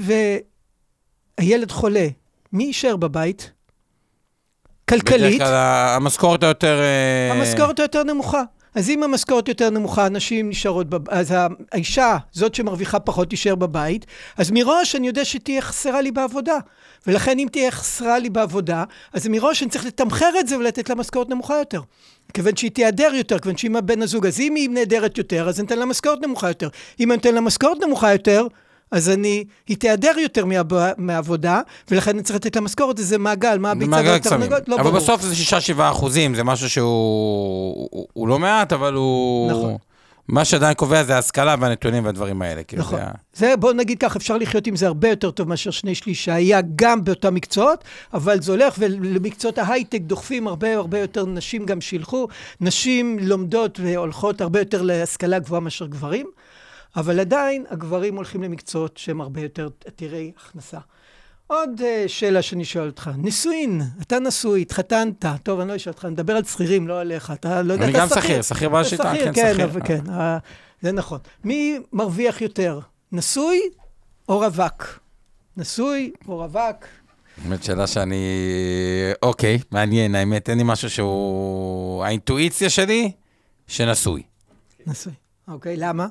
והילד חולה, מי יישאר בבית? כלכלית. בדרך כלל המשכורת היותר... המשכורת היותר נמוכה. אז אם המשכורת יותר נמוכה, אנשים נשארות בבית, אז האישה, זאת שמרוויחה פחות, תישאר בבית, אז מראש אני יודע שתהיה חסרה לי בעבודה. ולכן אם תהיה חסרה לי בעבודה, אז מראש אני צריך לתמחר את זה ולתת לה משכורת נמוכה יותר. כיוון שהיא תיעדר יותר, כיוון שהיא בן הזוג, אז אם היא נעדרת יותר, אז אני אתן לה משכורת נמוכה יותר. אם אני אתן לה משכורת נמוכה יותר, אז היא תיעדר יותר מהעבודה, ולכן אני צריך לתת למשכורת, זה מעגל, מה הביצה והתרנגות, לא ברור. אבל בסוף זה 6-7%, זה משהו שהוא לא מעט, אבל הוא... נכון. מה שעדיין קובע זה ההשכלה והנתונים והדברים האלה. נכון. זה, בוא נגיד כך, אפשר לחיות עם זה הרבה יותר טוב מאשר 2/3 שהיה גם באותם מקצועות, אבל זה הולך, ולמקצועות ההייטק דוחפים הרבה יותר נשים גם שילחו, נשים לומדות והולכות הרבה יותר להשכלה גבוהה מאשר גברים, אבל עדיין הגברים הולכים למקצועות שהם הרבה יותר עתירי הכנסה. עוד שאלה שאני שואל אותך, נישואין, אתה נשוי, התחתנת, טוב, אני לא אשאל אותך, נדבר על שכירים, לא עליך, אתה לא יודע, אני גם שכיר בשיטה, כן, שכיר. כן, זה נכון. מי מרוויח יותר, נשוי או רווק? נשוי או רווק? באמת שאלה שאני, אוקיי, מעניין, האמת, אין לי משהו שהוא, האינטואיציה שלי, שנשוי. נשוי, אוקיי, למה?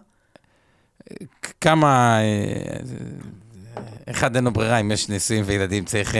כמה, אחד אין לו ברירה, אם יש נישואים וילדים, צריך,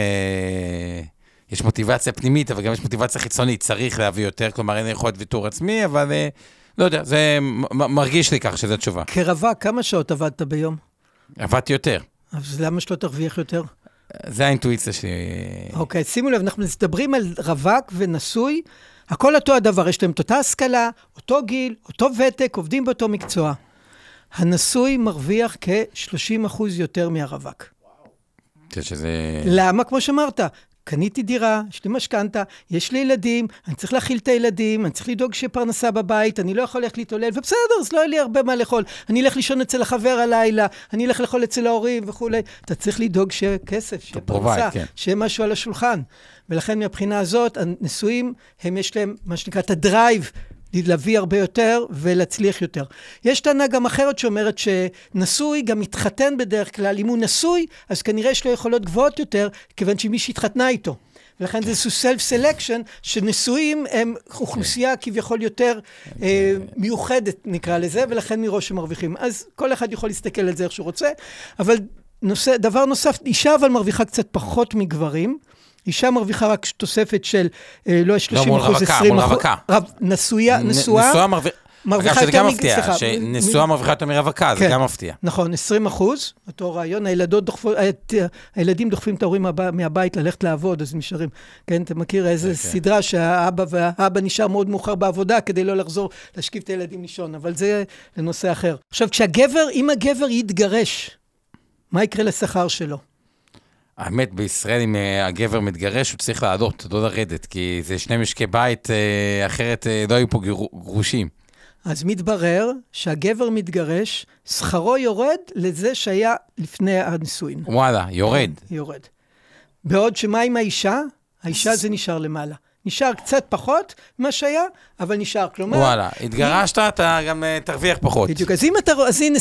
יש מוטיבציה פנימית, אבל גם יש מוטיבציה חיצונית, צריך להביא יותר, כלומר אין יכולת ויתור עצמי, אבל לא יודע, זה מרגיש לי כך שזו תשובה. כרווק, כמה שעות עבדת ביום? עבדתי יותר. אז למה שלא תרוויח יותר? זה האינטואיציה שלי. אוקיי, שימו לב, אנחנו מדברים על רווק ונשוי, הכל אותו הדבר, יש להם את אותה השכלה, אותו גיל, אותו ותק, עובדים באותו מקצוע. הנשוי מרוויח כ-30% יותר מהרווק. שזה... למה? כמו שאמרת, קניתי דירה, יש לי משכנתה, יש לי ילדים, אני צריך להכיל את הילדים, אני צריך לדאוג שפרנסה בבית, אני לא יכול ללכת להתעולל, ובסדר, אז לא יהיה לי הרבה מה לאכול. אני אלך לישון אצל החבר הלילה, אני אלך לאכול אצל ההורים וכו'. אתה צריך לדאוג שכסף, שפרנסה, שיהיה משהו על השולחן. ולכן מהבחינה הזאת, הנשואים, הם יש להם מה שנקרא את הדרייב, להביא הרבה יותר ולהצליח יותר. יש טענה גם אחרת שאומרת שנשוי גם מתחתן בדרך כלל, אם הוא נשוי, אז כנראה יש לו יכולות גבוהות יותר, כיוון שמי שהתחתנה איתו. ולכן זה איזשהו self-selection, שנשואים הם אוכלוסייה כביכול יותר מיוחדת, נקרא לזה, ולכן מראש הם מרוויחים. אז כל אחד יכול להסתכל על זה איך שהוא רוצה, אבל דבר נוסף, אישה אבל מרוויחה קצת פחות מגברים, אישה מרוויחה רק תוספת של, לא 30%, 20%. נשואה מרוויחה יותר מפתיע, שנשואה מרוויחה יותר מרווקה, זה גם מפתיע. נכון, 20%, אותו רעיון, הילדים דוחפים את ההורים מהבית ללכת לעבוד, אז נשארים. כן, אתה מכיר איזה סדרה שהאבא נשאר מאוד מאוחר בעבודה, כדי לא לחזור להשכיב את הילדים לישון, אבל זה לנושא אחר. עכשיו, אם הגבר יתגרש, מה יקרה לשכר שלו? האמת, בישראל, אם הגבר מתגרש, הוא צריך לעלות, לא לרדת, כי זה שני משקי בית, אחרת לא היו פה גרושים. אז מתברר שהגבר מתגרש, שכרו יורד לזה שהיה לפני הנישואין. וואלה, יורד. יורד. בעוד שמה עם האישה? האישה זה נשאר למעלה. נשאר קצת פחות מה שהיה, אבל נשאר. כלומר... וואלה, התגרשת, אתה גם תרוויח פחות. בדיוק, אז הנה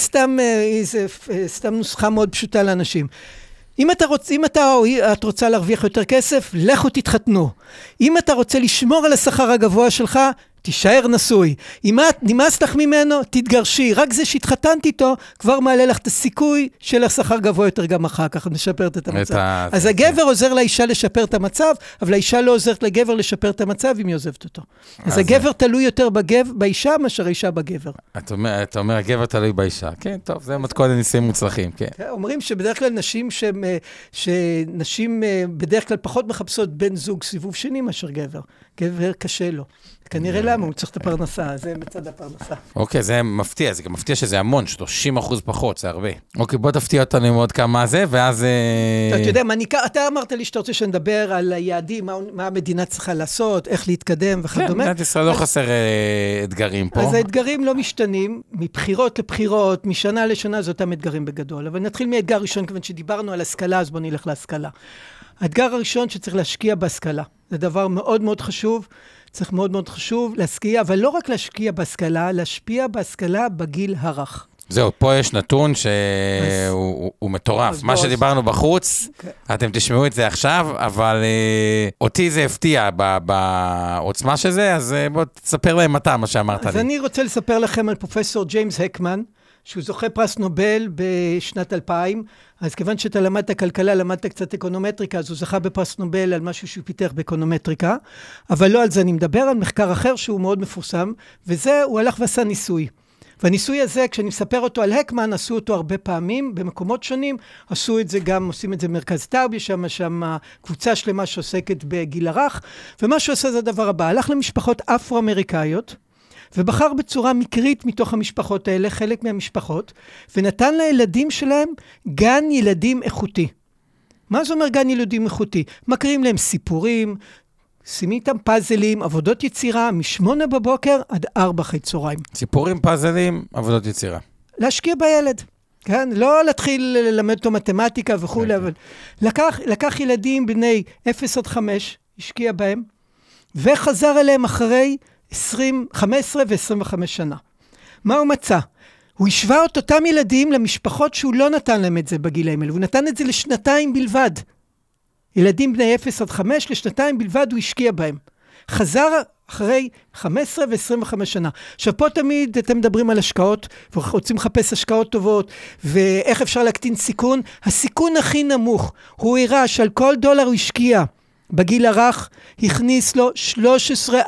סתם נוסחה מאוד פשוטה לאנשים. אם את רוצה להרוויח יותר כסף, לכו תתחתנו. אם אתה רוצה לשמור על השכר הגבוה שלך, תישאר נשוי. אם את נמאס לך ממנו, תתגרשי. רק זה שהתחתנת איתו, כבר מעלה לך את הסיכוי של השכר גבוה יותר גם אחר כך, משפרת את המצב. אז הגבר עוזר לאישה לשפר את המצב, אבל האישה לא עוזרת לגבר לשפר את המצב אם היא עוזבת אותו. אז הגבר תלוי יותר באישה, מאשר האישה בגבר. אתה אומר, הגבר תלוי באישה. כן, טוב, זה מתכון לניסים מוצלחים, כן. אומרים שבדרך כלל שנשים בדרך כלל פחות מחפשות בן זוג סיבוב שני מאשר גבר. גבר קשה לו. כנראה למה, הוא צריך את הפרנסה, זה מצד הפרנסה. אוקיי, זה מפתיע, זה גם מפתיע שזה המון, 30% פחות, זה הרבה. אוקיי, בוא תפתיע אותנו עם עוד כמה זה, ואז... אתה יודע, אתה אמרת לי שאתה רוצה שנדבר על היעדים, מה המדינה צריכה לעשות, איך להתקדם וכדומה. כן, מדינת ישראל לא חסר אתגרים פה. אז האתגרים לא משתנים, מבחירות לבחירות, משנה לשנה, זה אותם אתגרים בגדול. אבל נתחיל מאתגר ראשון, כיוון שדיברנו על השכלה, אז בוא נלך להשכלה. האתגר הראשון שצריך להשקיע בהשכלה. זה דבר מאוד מאוד חשוב. צריך מאוד מאוד חשוב להשקיע, אבל לא רק להשקיע בהשכלה, להשפיע בהשכלה בגיל הרך. זהו, פה יש נתון שהוא מטורף. מה שדיברנו בחוץ, אתם תשמעו את זה עכשיו, אבל אותי זה הפתיע בעוצמה של זה, אז בוא תספר להם אתה מה שאמרת לי. אז אני רוצה לספר לכם על פרופסור ג'יימס הקמן, שהוא זוכה פרס נובל בשנת 2000, אז כיוון שאתה למדת כלכלה, למדת קצת אקונומטריקה, אז הוא זכה בפרס נובל על משהו שהוא פיתח באקונומטריקה, אבל לא על זה אני מדבר, על מחקר אחר שהוא מאוד מפורסם, וזה, הוא הלך ועשה ניסוי. והניסוי הזה, כשאני מספר אותו על הקמן, עשו אותו הרבה פעמים, במקומות שונים, עשו את זה גם, עושים את זה במרכז טרבי, שם קבוצה שלמה שעוסקת בגיל הרך, ומה שעושה זה הדבר הבא, הלך למשפחות אפרו-אמריקאיות, ובחר בצורה מקרית מתוך המשפחות האלה, חלק מהמשפחות, ונתן לילדים שלהם גן ילדים איכותי. מה זה אומר גן ילדים איכותי? מקריאים להם סיפורים, שימים איתם פאזלים, עבודות יצירה, מ8 בבוקר עד 4 אחרי צהריים. סיפורים, פאזלים, עבודות יצירה. להשקיע בילד. כן? לא להתחיל ללמד אותו מתמטיקה וכו', אבל לקח ילדים בני 0 עד 5, השקיע בהם, וחזר אליהם אחרי 15 ו-25 שנה. מה הוא מצא? הוא השווה את אותם ילדים למשפחות שהוא לא נתן להם את זה בגילאים האלה, הוא נתן את זה לשנתיים בלבד. ילדים בני 0 עד 5, לשנתיים בלבד הוא השקיע בהם. חזר אחרי 15 ו-25 שנה. עכשיו פה תמיד אתם מדברים על השקעות, ורוצים לחפש השקעות טובות, ואיך אפשר להקטין סיכון. הסיכון הכי נמוך, הוא הראה שעל כל $1 הוא השקיע, בגיל הרך הכניס לו 13%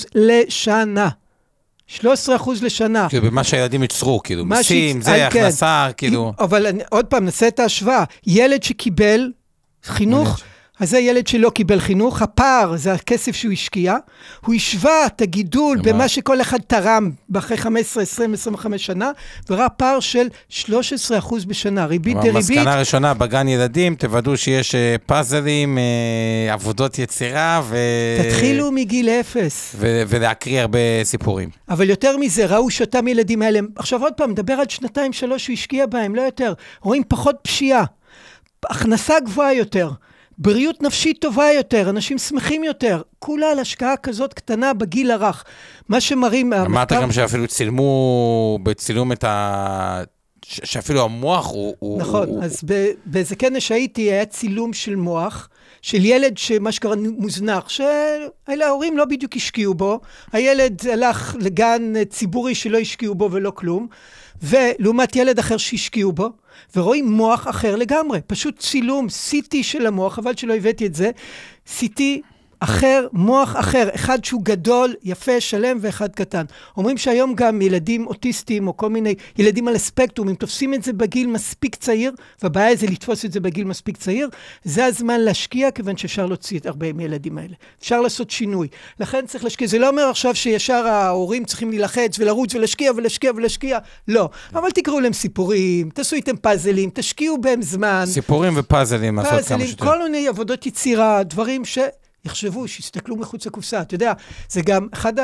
לשנה. 13% לשנה. כאילו במה שהילדים יצרו, כאילו, מיסים, זה, הכנסה, כאילו. אבל עוד פעם, נעשה את ההשוואה. ילד שקיבל חינוך, אז זה ילד שלא קיבל חינוך, הפער זה הכסף שהוא השקיע, הוא השווה את הגידול במה שכל אחד תרם באחרי 15, 20, 25 שנה, וראה פער של 13% בשנה, ריבית דריבית. המסקנה הראשונה בגן ילדים, תוודאו שיש פאזלים, עבודות יצירה, תתחילו מגיל 0. ולהקריא הרבה סיפורים. אבל יותר מזה, ראו שאותם ילדים האלה, עכשיו עוד פעם, מדבר על 2-3 שהוא השקיע בהם, לא יותר, רואים פחות פשיעה, הכנסה גבוהה יותר, בריאות נפשית טובה יותר, אנשים שמחים יותר, כולה על השקעה כזאת קטנה בגיל הרך. מה שמראים... אמרת גם שאפילו צילמו בצילום את שאפילו המוח הוא... נכון, אז באיזה כנס שהייתי היה צילום של מוח, של ילד שמה שקרה מוזנח, שההורים לא בדיוק השקיעו בו, הילד הלך לגן ציבורי שלא השקיעו בו ולא כלום, ולעומת ילד אחר שהשקיעו בו, ורואים מוח אחר לגמרי, פשוט צילום, סיטי של המוח, אבל שלא הבאתי את זה, סיטי אחר, מוח אחר, אחד שהוא גדול, יפה, שלם ואחד קטן. אומרים שהיום גם ילדים אוטיסטים או כל מיני ילדים על הספקטרום, אם תופסים את זה בגיל מספיק צעיר, והבעיה זה לתפוס את זה בגיל מספיק צעיר, זה הזמן להשקיע, כיוון שאפשר להוציא את הרבה מהילדים האלה. אפשר לעשות שינוי. לכן צריך להשקיע. זה לא אומר עכשיו שישר ההורים צריכים להילחץ ולרוץ ולהשקיע ולהשקיע ולהשקיע. לא. אבל תקראו להם סיפורים, תעשו איתם פאזלים, תשקיעו בהם זמן. סיפורים ופאזלים, כל מיני עבודות יצירה, דברים יחשבו, שיסתכלו מחוץ לקופסה. אתה יודע, זה גם אחד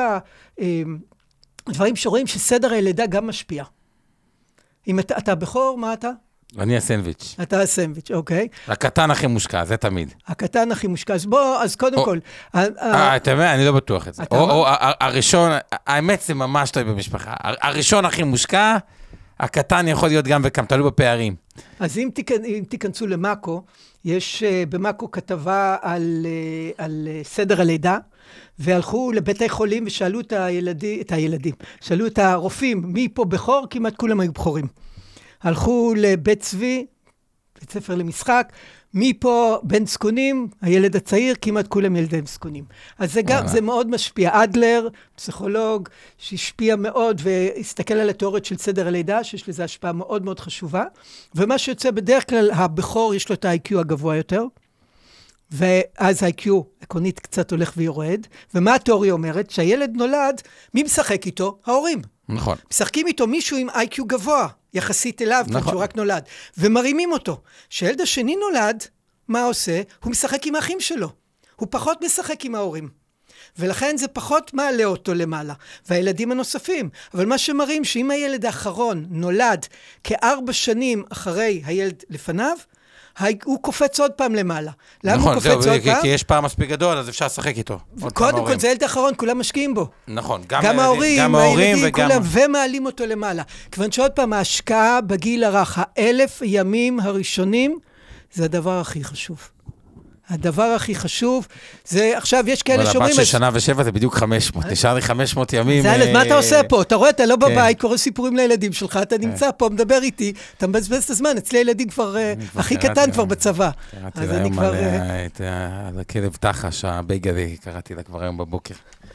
הדברים שרואים שסדר הלידה גם משפיע. אם אתה בכור, מה אתה? אני הסנדוויץ'. אתה הסנדוויץ', אוקיי. הקטן הכי מושקע, זה תמיד. הקטן הכי מושקע. אז בוא, אז קודם כל. אתה אומר, אני לא בטוח את זה. או הראשון, האמת זה ממש טוב במשפחה. הראשון הכי מושקע, הקטן יכול להיות גם וכם, תלוי בפערים. אז אם תיכנסו למאקו, יש במאקו כתבה על סדר הלידה, והלכו לבתי חולים ושאלו את הילדים, שאלו את הרופאים, מי פה בכור? כמעט כולם היו בכורים. הלכו לבית צבי, בית ספר למשחק, מי פה בן זקונים? הילד הצעיר, כמעט כולם ילדי זקונים. אז זה מאוד משפיע. אדלר, פסיכולוג, שהשפיע מאוד והסתכל על התיאוריות של סדר הלידה, שיש לזה השפעה מאוד מאוד חשובה. ומה שיוצא בדרך כלל, הבכור יש לו את ה-IQ הגבוה יותר, ואז ה-IQ עקרונית קצת הולך ויורד. ומה התיאוריה אומרת? שהילד נולד, מי משחק איתו? ההורים. נכון. משחקים איתו מישהו עם IQ גבוה, יחסית אליו, נכון. כשהוא רק נולד, ומרימים אותו. כשהילד השני נולד, מה עושה? הוא משחק עם האחים שלו. הוא פחות משחק עם ההורים. ולכן זה פחות מעלה אותו למעלה. והילדים הנוספים. אבל מה שמראים שאם הילד האחרון נולד כ4 שנים אחרי הילד לפניו, הוא קופץ עוד פעם למעלה. למה הוא קופץ עוד פעם? כי יש פעם מספיק גדול, אז אפשר לשחק איתו. קודם כל, זה ילד האחרון, כולם משקיעים בו. נכון. גם ההורים, הילדים, כולם, ומעלים אותו למעלה. כיוון שעוד פעם, ההשקעה בגיל הרך, 1,000 ימים הראשונים, זה הדבר הכי חשוב. הדבר הכי חשוב, זה עכשיו יש כאלה שאומרים... בת של שנה ו7 זה בדיוק 500, נשאר לי 500 ימים. זה מה אתה עושה פה? אתה רואה, אתה לא בבית, קורא סיפורים לילדים שלך, אתה נמצא פה, מדבר איתי, אתה מבזבז את הזמן, אצלי הילדים כבר, הכי קטן כבר בצבא. קראתי לה היום על הכלב תחש, הבייגלי, קראתי לה כבר היום בבוקר.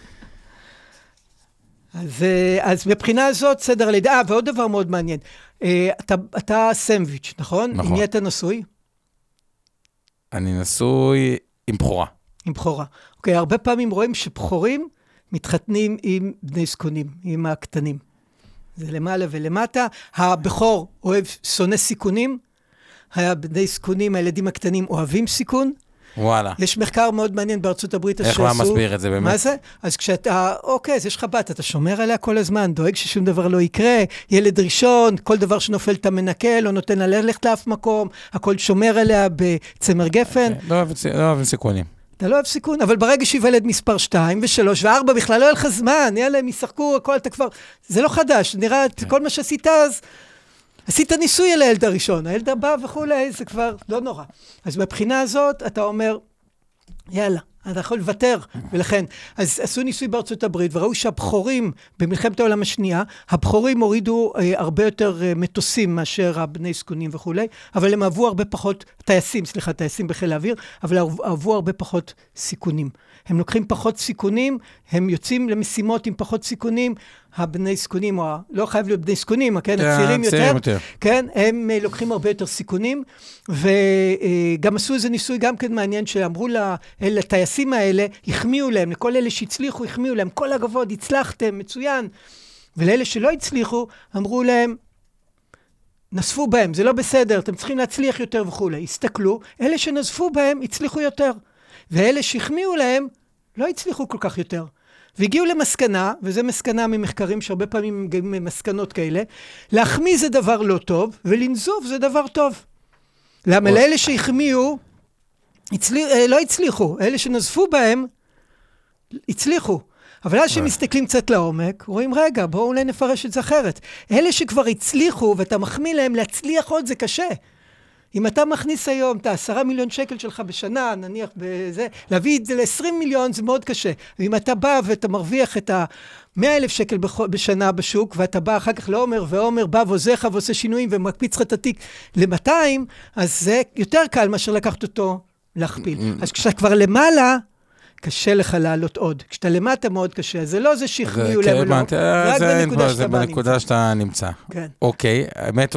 אז מבחינה הזאת, סדר הלידה, ועוד דבר מאוד מעניין, אתה סנדוויץ', נכון? נכון. עם מי אתה נשוי? אני נשוי עם בחורה. עם בחורה. אוקיי, הרבה פעמים רואים שבחורים מתחתנים עם בני זקונים, עם הקטנים. זה למעלה ולמטה. הבחור שונא סיכונים, הבני זקונים, הילדים הקטנים אוהבים סיכון. וואלה. יש מחקר מאוד מעניין בארצות הברית. איך מה מסביר את זה באמת? מה זה? אז כשאתה, אוקיי, אז יש לך בת, אתה שומר עליה כל הזמן, דואג ששום דבר לא יקרה, ילד ראשון, כל דבר שנופל אתה מנקה, לא נותן לה ללכת לאף מקום, הכל שומר עליה בצמר גפן. לא אוהב סיכונים. אתה לא אוהב סיכון, אבל ברגע שיוולד מספר 2 ו3 ו4, בכלל לא יהיה לך זמן, יאללה, הם ישחקו, הכל אתה כבר, זה לא חדש, נראה, כל מה שעשית אז, עשית ניסוי על הילד הראשון, הילד הבא וכולי, זה כבר לא נורא. אז מבחינה הזאת, אתה אומר, יאללה, אתה יכול לוותר, ולכן, אז עשו ניסוי בארצות הברית, וראו שהבחורים, במלחמת העולם השנייה, הבחורים הורידו הרבה יותר מטוסים מאשר הבני זקונים וכולי, אבל הם אהבו הרבה פחות, טייסים בחיל האוויר, אבל אהבו הרבה פחות סיכונים. הם לוקחים פחות סיכונים, הם יוצאים למשימות עם פחות סיכונים, הבני זקונים, או לא חייב להיות בני זקונים, כן, הצעירים יותר, כן, הם לוקחים הרבה יותר סיכונים, וגם עשו איזה ניסוי גם כן מעניין, שאמרו לטייסים האלה, החמיאו להם, לכל אלה שהצליחו, החמיאו להם, כל הכבוד, הצלחתם, מצוין, ולאלה שלא הצליחו, אמרו להם, נזפו בהם, זה לא בסדר, אתם צריכים להצליח יותר וכולי, הסתכלו, אלה שנזפו בהם, הצליחו יותר, ואלה שהחמיאו להם, לא הצליחו כל כך יותר. והגיעו למסקנה, וזה מסקנה ממחקרים שהרבה פעמים מגיעים מסקנות כאלה, להחמיא זה דבר לא טוב, ולנזוף זה דבר טוב. למה לאלה שהחמיאו, לא הצליחו, אלה שנזפו בהם, הצליחו. אבל אז שמסתכלים קצת לעומק, רואים, רגע, בואו אולי נפרש את זה אחרת. אלה שכבר הצליחו, ואתה מחמיא להם, להצליח עוד זה קשה. אם אתה מכניס היום את 10 מיליון שקל שלך בשנה, נניח בזה, להביא את זה ל-20 מיליון, זה מאוד קשה. ואם אתה בא ואתה מרוויח את ה-100,000 שקל בשנה בשוק, ואתה בא אחר כך לעומר, ועומר בא ועוזך ועושה שינויים, ומקפיץ לך את התיק ל-200, אז זה יותר קל מאשר לקחת אותו להכפיל. אז כשאתה כבר למעלה, קשה לך לעלות עוד. כשאתה למטה מאוד קשה, זה לא זה שהחמיאו להם ולא, רק בנקודה שאתה נמצא. אוקיי, האמת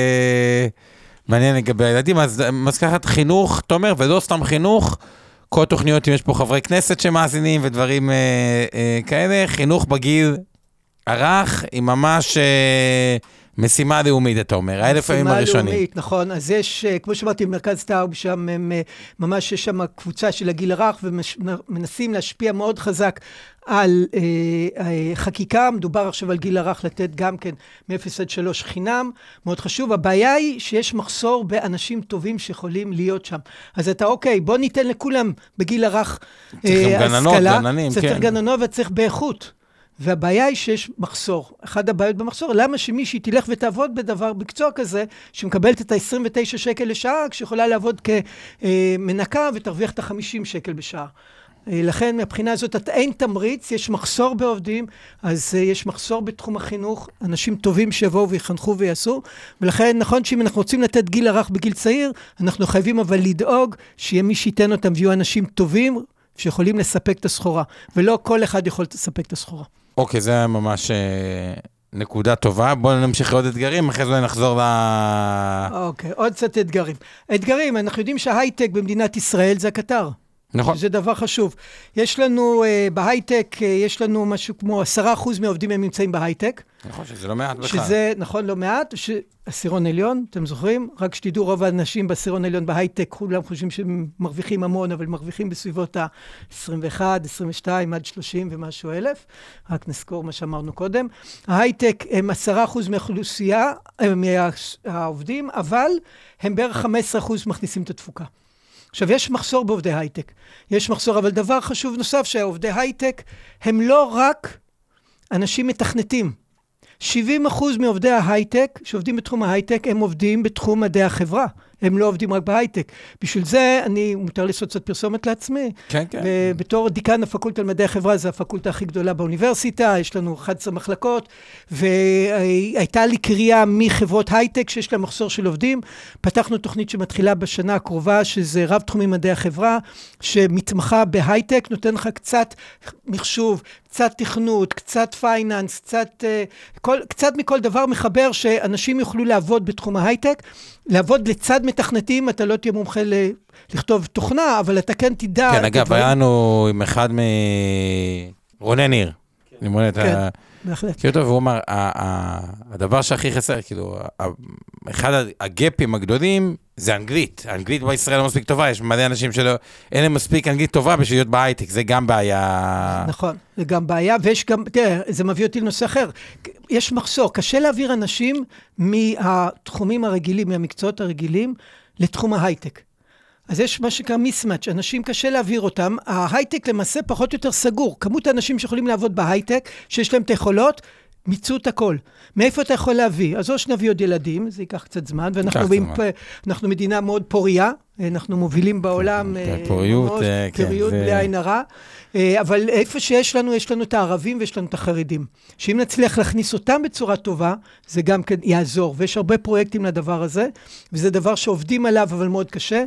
מעניין לגבי הילדים, אז מזכחת חינוך, תומר, ולא סתם חינוך, כל תוכניות, אם יש פה חברי כנסת שמאזינים ודברים כאלה, חינוך בגיל הרך, היא ממש משימה לאומית, אתה אומר, 1,000 הימים הראשונים. משימה לאומית, נכון, אז יש, כמו שאמרתי, במרכז טאוב, שם ממש יש שם קבוצה של הגיל הרך, ומנסים להשפיע מאוד חזק על חקיקה, מדובר עכשיו על גיל הרך לתת גם כן מ-0 עד 3 חינם, מאוד חשוב. הבעיה היא שיש מחסור באנשים טובים שיכולים להיות שם. אז אתה אוקיי, בוא ניתן לכולם בגיל הרך צריך גננות, גננים, צריך גננות וצריך באיכות. והבעיה היא שיש מחסור. אחד הבעיות במחסור, למה שמישהי תלך ותעבוד בדבר, בקצוע כזה, שמקבלת את ה-29 שקל לשעה, כשיכולה לעבוד כמנקה ותרוויח את ה-50 שקל בשעה. לכן, מהבחינה הזאת, אין תמריץ, יש מחסור בעובדים, אז יש מחסור בתחום החינוך, אנשים טובים שיבואו ויחנכו ויעשו, ולכן נכון שאם אנחנו רוצים לתת גיל הרך בגיל צעיר, אנחנו חייבים אבל לדאוג שיהיה מי שייתן אותם, ויהיו אנשים טובים שיכולים לספק את הסחורה, ולא כל אחד יכול לספק את הסחורה. אוקיי, זה היה ממש נקודה טובה. בואו נמשיך עוד אתגרים, אחרי זה נחזור אוקיי, עוד קצת אתגרים. אתגרים, אנחנו יודעים שההייטק במדינת ישראל זה הקטר. נכון. זה דבר חשוב. יש לנו בהייטק, יש לנו משהו כמו 10% מהעובדים הם נמצאים בהייטק. נכון, שזה לא מעט בכלל. שזה, נכון, לא מעט, עשירון עליון, אתם זוכרים? רק שתדעו, רוב האנשים בעשירון עליון בהייטק, כולם חושבים שהם מרוויחים המון, אבל מרוויחים בסביבות ה-21, 22, עד 30 ומשהו אלף. רק נזכור מה שאמרנו קודם. ההייטק הם 10% מהאוכלוסייה, מהעובדים, אבל הם בערך 15% מכניסים את התפוקה. עכשיו, יש מחסור בעובדי הייטק. יש מחסור, אבל דבר חשוב נוסף, שהעובדי הייטק הם לא רק אנשים מתכנתים. 70% מעובדי ההייטק, שעובדים בתחום ההייטק, הם עובדים בתחום מדעי החברה. הם לא עובדים רק בהייטק. בשביל זה, אני מותר לעשות קצת פרסומת לעצמי. כן, כן. בתור דיקן הפקולטה למדעי החברה, זו הפקולטה הכי גדולה באוניברסיטה, יש לנו 11 מחלקות, והייתה לי קריאה מחברות הייטק, שיש להם מחסור של עובדים. פתחנו תוכנית שמתחילה בשנה הקרובה, שזה רב תחומי מדעי החברה, שמתמחה בהייטק, נותן לך קצת מחשוב, קצת תכנות, קצת פייננס, קצת מכל דבר מחבר שאנשים יוכלו לעבוד בתחום ההייטק, לעבוד לצד מתכנתים, אתה לא תהיה מומחה לכתוב תוכנה, אבל אתה כן תדע... כן, אגב, היה לנו עם אחד רונן ניר. כן, בהחלט. כאילו טוב, והוא אמר, הדבר שהכי חסר, כאילו, אחד הגפים הגדולים, זה אנגלית. האנגלית בישראל לא מספיק טובה, יש מלא אנשים שלא, אין להם מספיק אנגלית טובה בשביל להיות בהייטק, זה גם בעיה... נכון, זה גם בעיה, ויש גם, תראה, זה מביא אותי לנושא אחר. יש מחסור, קשה להעביר אנשים מהתחומים הרגילים, מהמקצועות הרגילים, לתחום ההייטק. אז יש מה שקרה מיסמאץ', אנשים קשה להעביר אותם, ההייטק למעשה פחות או יותר סגור, כמות האנשים שיכולים לעבוד בהייטק, שיש להם את היכולות, מיצו את הכל. מאיפה אתה יכול להביא? אז או שנביא עוד ילדים, זה ייקח קצת זמן, ואנחנו מדינה מאוד פוריה, אנחנו מובילים בעולם, פוריות בלי עין הרע, אבל איפה שיש לנו, יש לנו את הערבים ויש לנו את החרדים. שאם נצליח להכניס אותם בצורה טובה, זה גם כן יעזור, ויש הרבה פרויקטים לדבר הזה, וזה דבר שעובדים עליו, אבל מאוד קשה.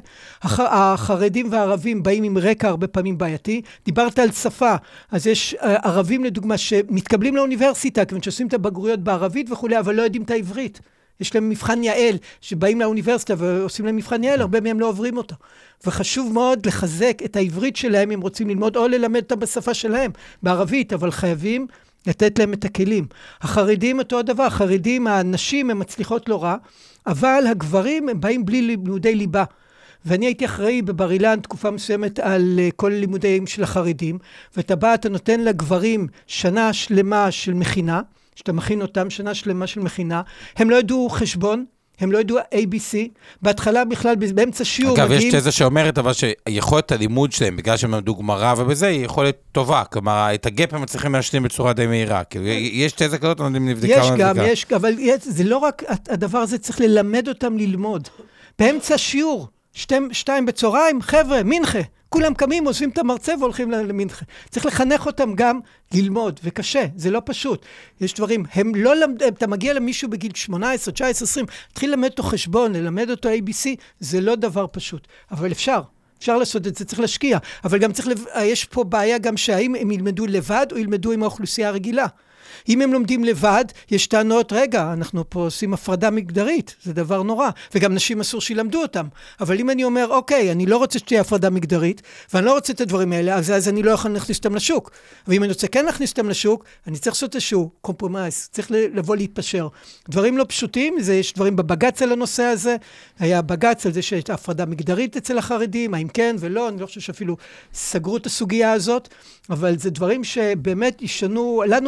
החרדים והערבים באים עם רקע הרבה פעמים בעייתי. דיברת על שפה, אז יש ערבים לדוגמה שמתקבלים לאוניברסיטה, כיוון שעושים את הבגרויות בערבית וכו', אבל לא יודעים את העברית. יש להם מבחן יעל, שבאים לאוניברסיטה ועושים להם מבחן יעל, הרבה מהם לא עוברים אותו. וחשוב מאוד לחזק את העברית שלהם, אם רוצים ללמוד או ללמד אותה בשפה שלהם, בערבית, אבל חייבים לתת להם את הכלים. החרדים אותו הדבר, החרדים, הנשים, הם מצליחות לא רע, אבל הגברים הם באים בלי לימודי ליבה. ואני הייתי אחראי בבר אילן תקופה מסוימת על כל לימודים של החרדים, ואתה בא, אתה נותן לגברים שנה שלמה של מכינה, שאתה מכין אותם שנה שלמה של מכינה, הם לא ידעו חשבון, הם לא ידעו ABC, בהתחלה בכלל באמצע שיעור אגב, יש תזה שאומרת אבל שיכולת הלימוד שלהם, בגלל שהם למדו גמרא ובזה, היא יכולת טובה, כלומר, את הגפ הם מצליחים להשלים בצורה די מהירה, יש תזה כזאת, אני נבדיקה. יש גם, אבל זה לא רק, הדבר הזה צריך ללמד אותם ללמוד. באמצע שיעור, 2 בצהריים, חבר'ה, מנחה, כולם קמים, עוזבים את המרצה והולכים למנחה. צריך לחנך אותם גם ללמוד, וקשה, זה לא פשוט. יש דברים, הם לא למדים, אתה מגיע למישהו בגיל 18, 19, 20, תתחיל ללמד אותו חשבון, ללמד אותו ABC, זה לא דבר פשוט. אבל אפשר לעשות את זה, צריך להשקיע. אבל גם יש פה בעיה גם שהאם הם ילמדו לבד או ילמדו עם האוכלוסייה הרגילה. אם הם לומדים לבד, יש טענות, רגע, אנחנו פה עושים הפרדה מגדרית, זה דבר נורא, וגם נשים אסור שילמדו אותם. אבל אם אני אומר, אוקיי, אני לא רוצה שתהיה הפרדה מגדרית, ואני לא רוצה את הדברים האלה, אז אני לא יכול להכניס אותם לשוק. ואם אני רוצה כן להכניס אותם לשוק, אני צריך לעשות איזשהו קומפרומייס, צריך לבוא להתפשר. דברים לא פשוטים, יש דברים בבגץ על הנושא הזה, היה בגץ על זה שיש הפרדה מגדרית אצל החרדים, האם כן ולא, אני לא חושב שאפילו סגרו את הסוגיה הזאת, אבל זה דברים שבאמת ישנו, לנו הייתה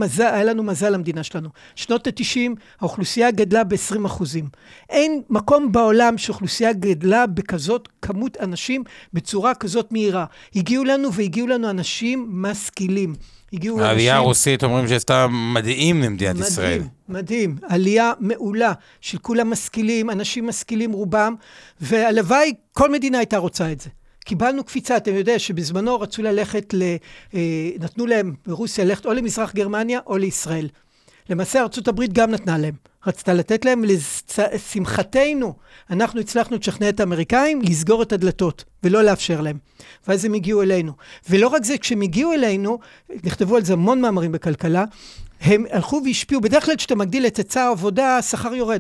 היה לנו מזל למדינה שלנו. שנות ה-90, האוכלוסייה גדלה ב-20%. אין מקום בעולם שאוכלוסייה גדלה בכזאת כמות אנשים בצורה כזאת מהירה. הגיעו לנו אנשים משכילים. העלייה הרוסית אומרים שעשתה מדהים למדינת ישראל. מדהים. עלייה מעולה של כולם משכילים, אנשים משכילים רובם, והלוואי כל מדינה הייתה רוצה את זה. קיבלנו קפיצה, אתם יודעים שבזמנו רצו ללכת, נתנו להם ברוסיה ללכת או למזרח גרמניה או לישראל. למעשה ארצות הברית גם נתנה להם. רצתה לתת להם, לשמחתנו, אנחנו הצלחנו לשכנע את האמריקאים לסגור את הדלתות ולא לאפשר להם. ואז הם הגיעו אלינו. ולא רק זה, כשהם הגיעו אלינו, נכתבו על זה המון מאמרים בכלכלה, הם הלכו והשפיעו, בדרך כלל כשאתה מגדיל את היצע העבודה, השכר יורד.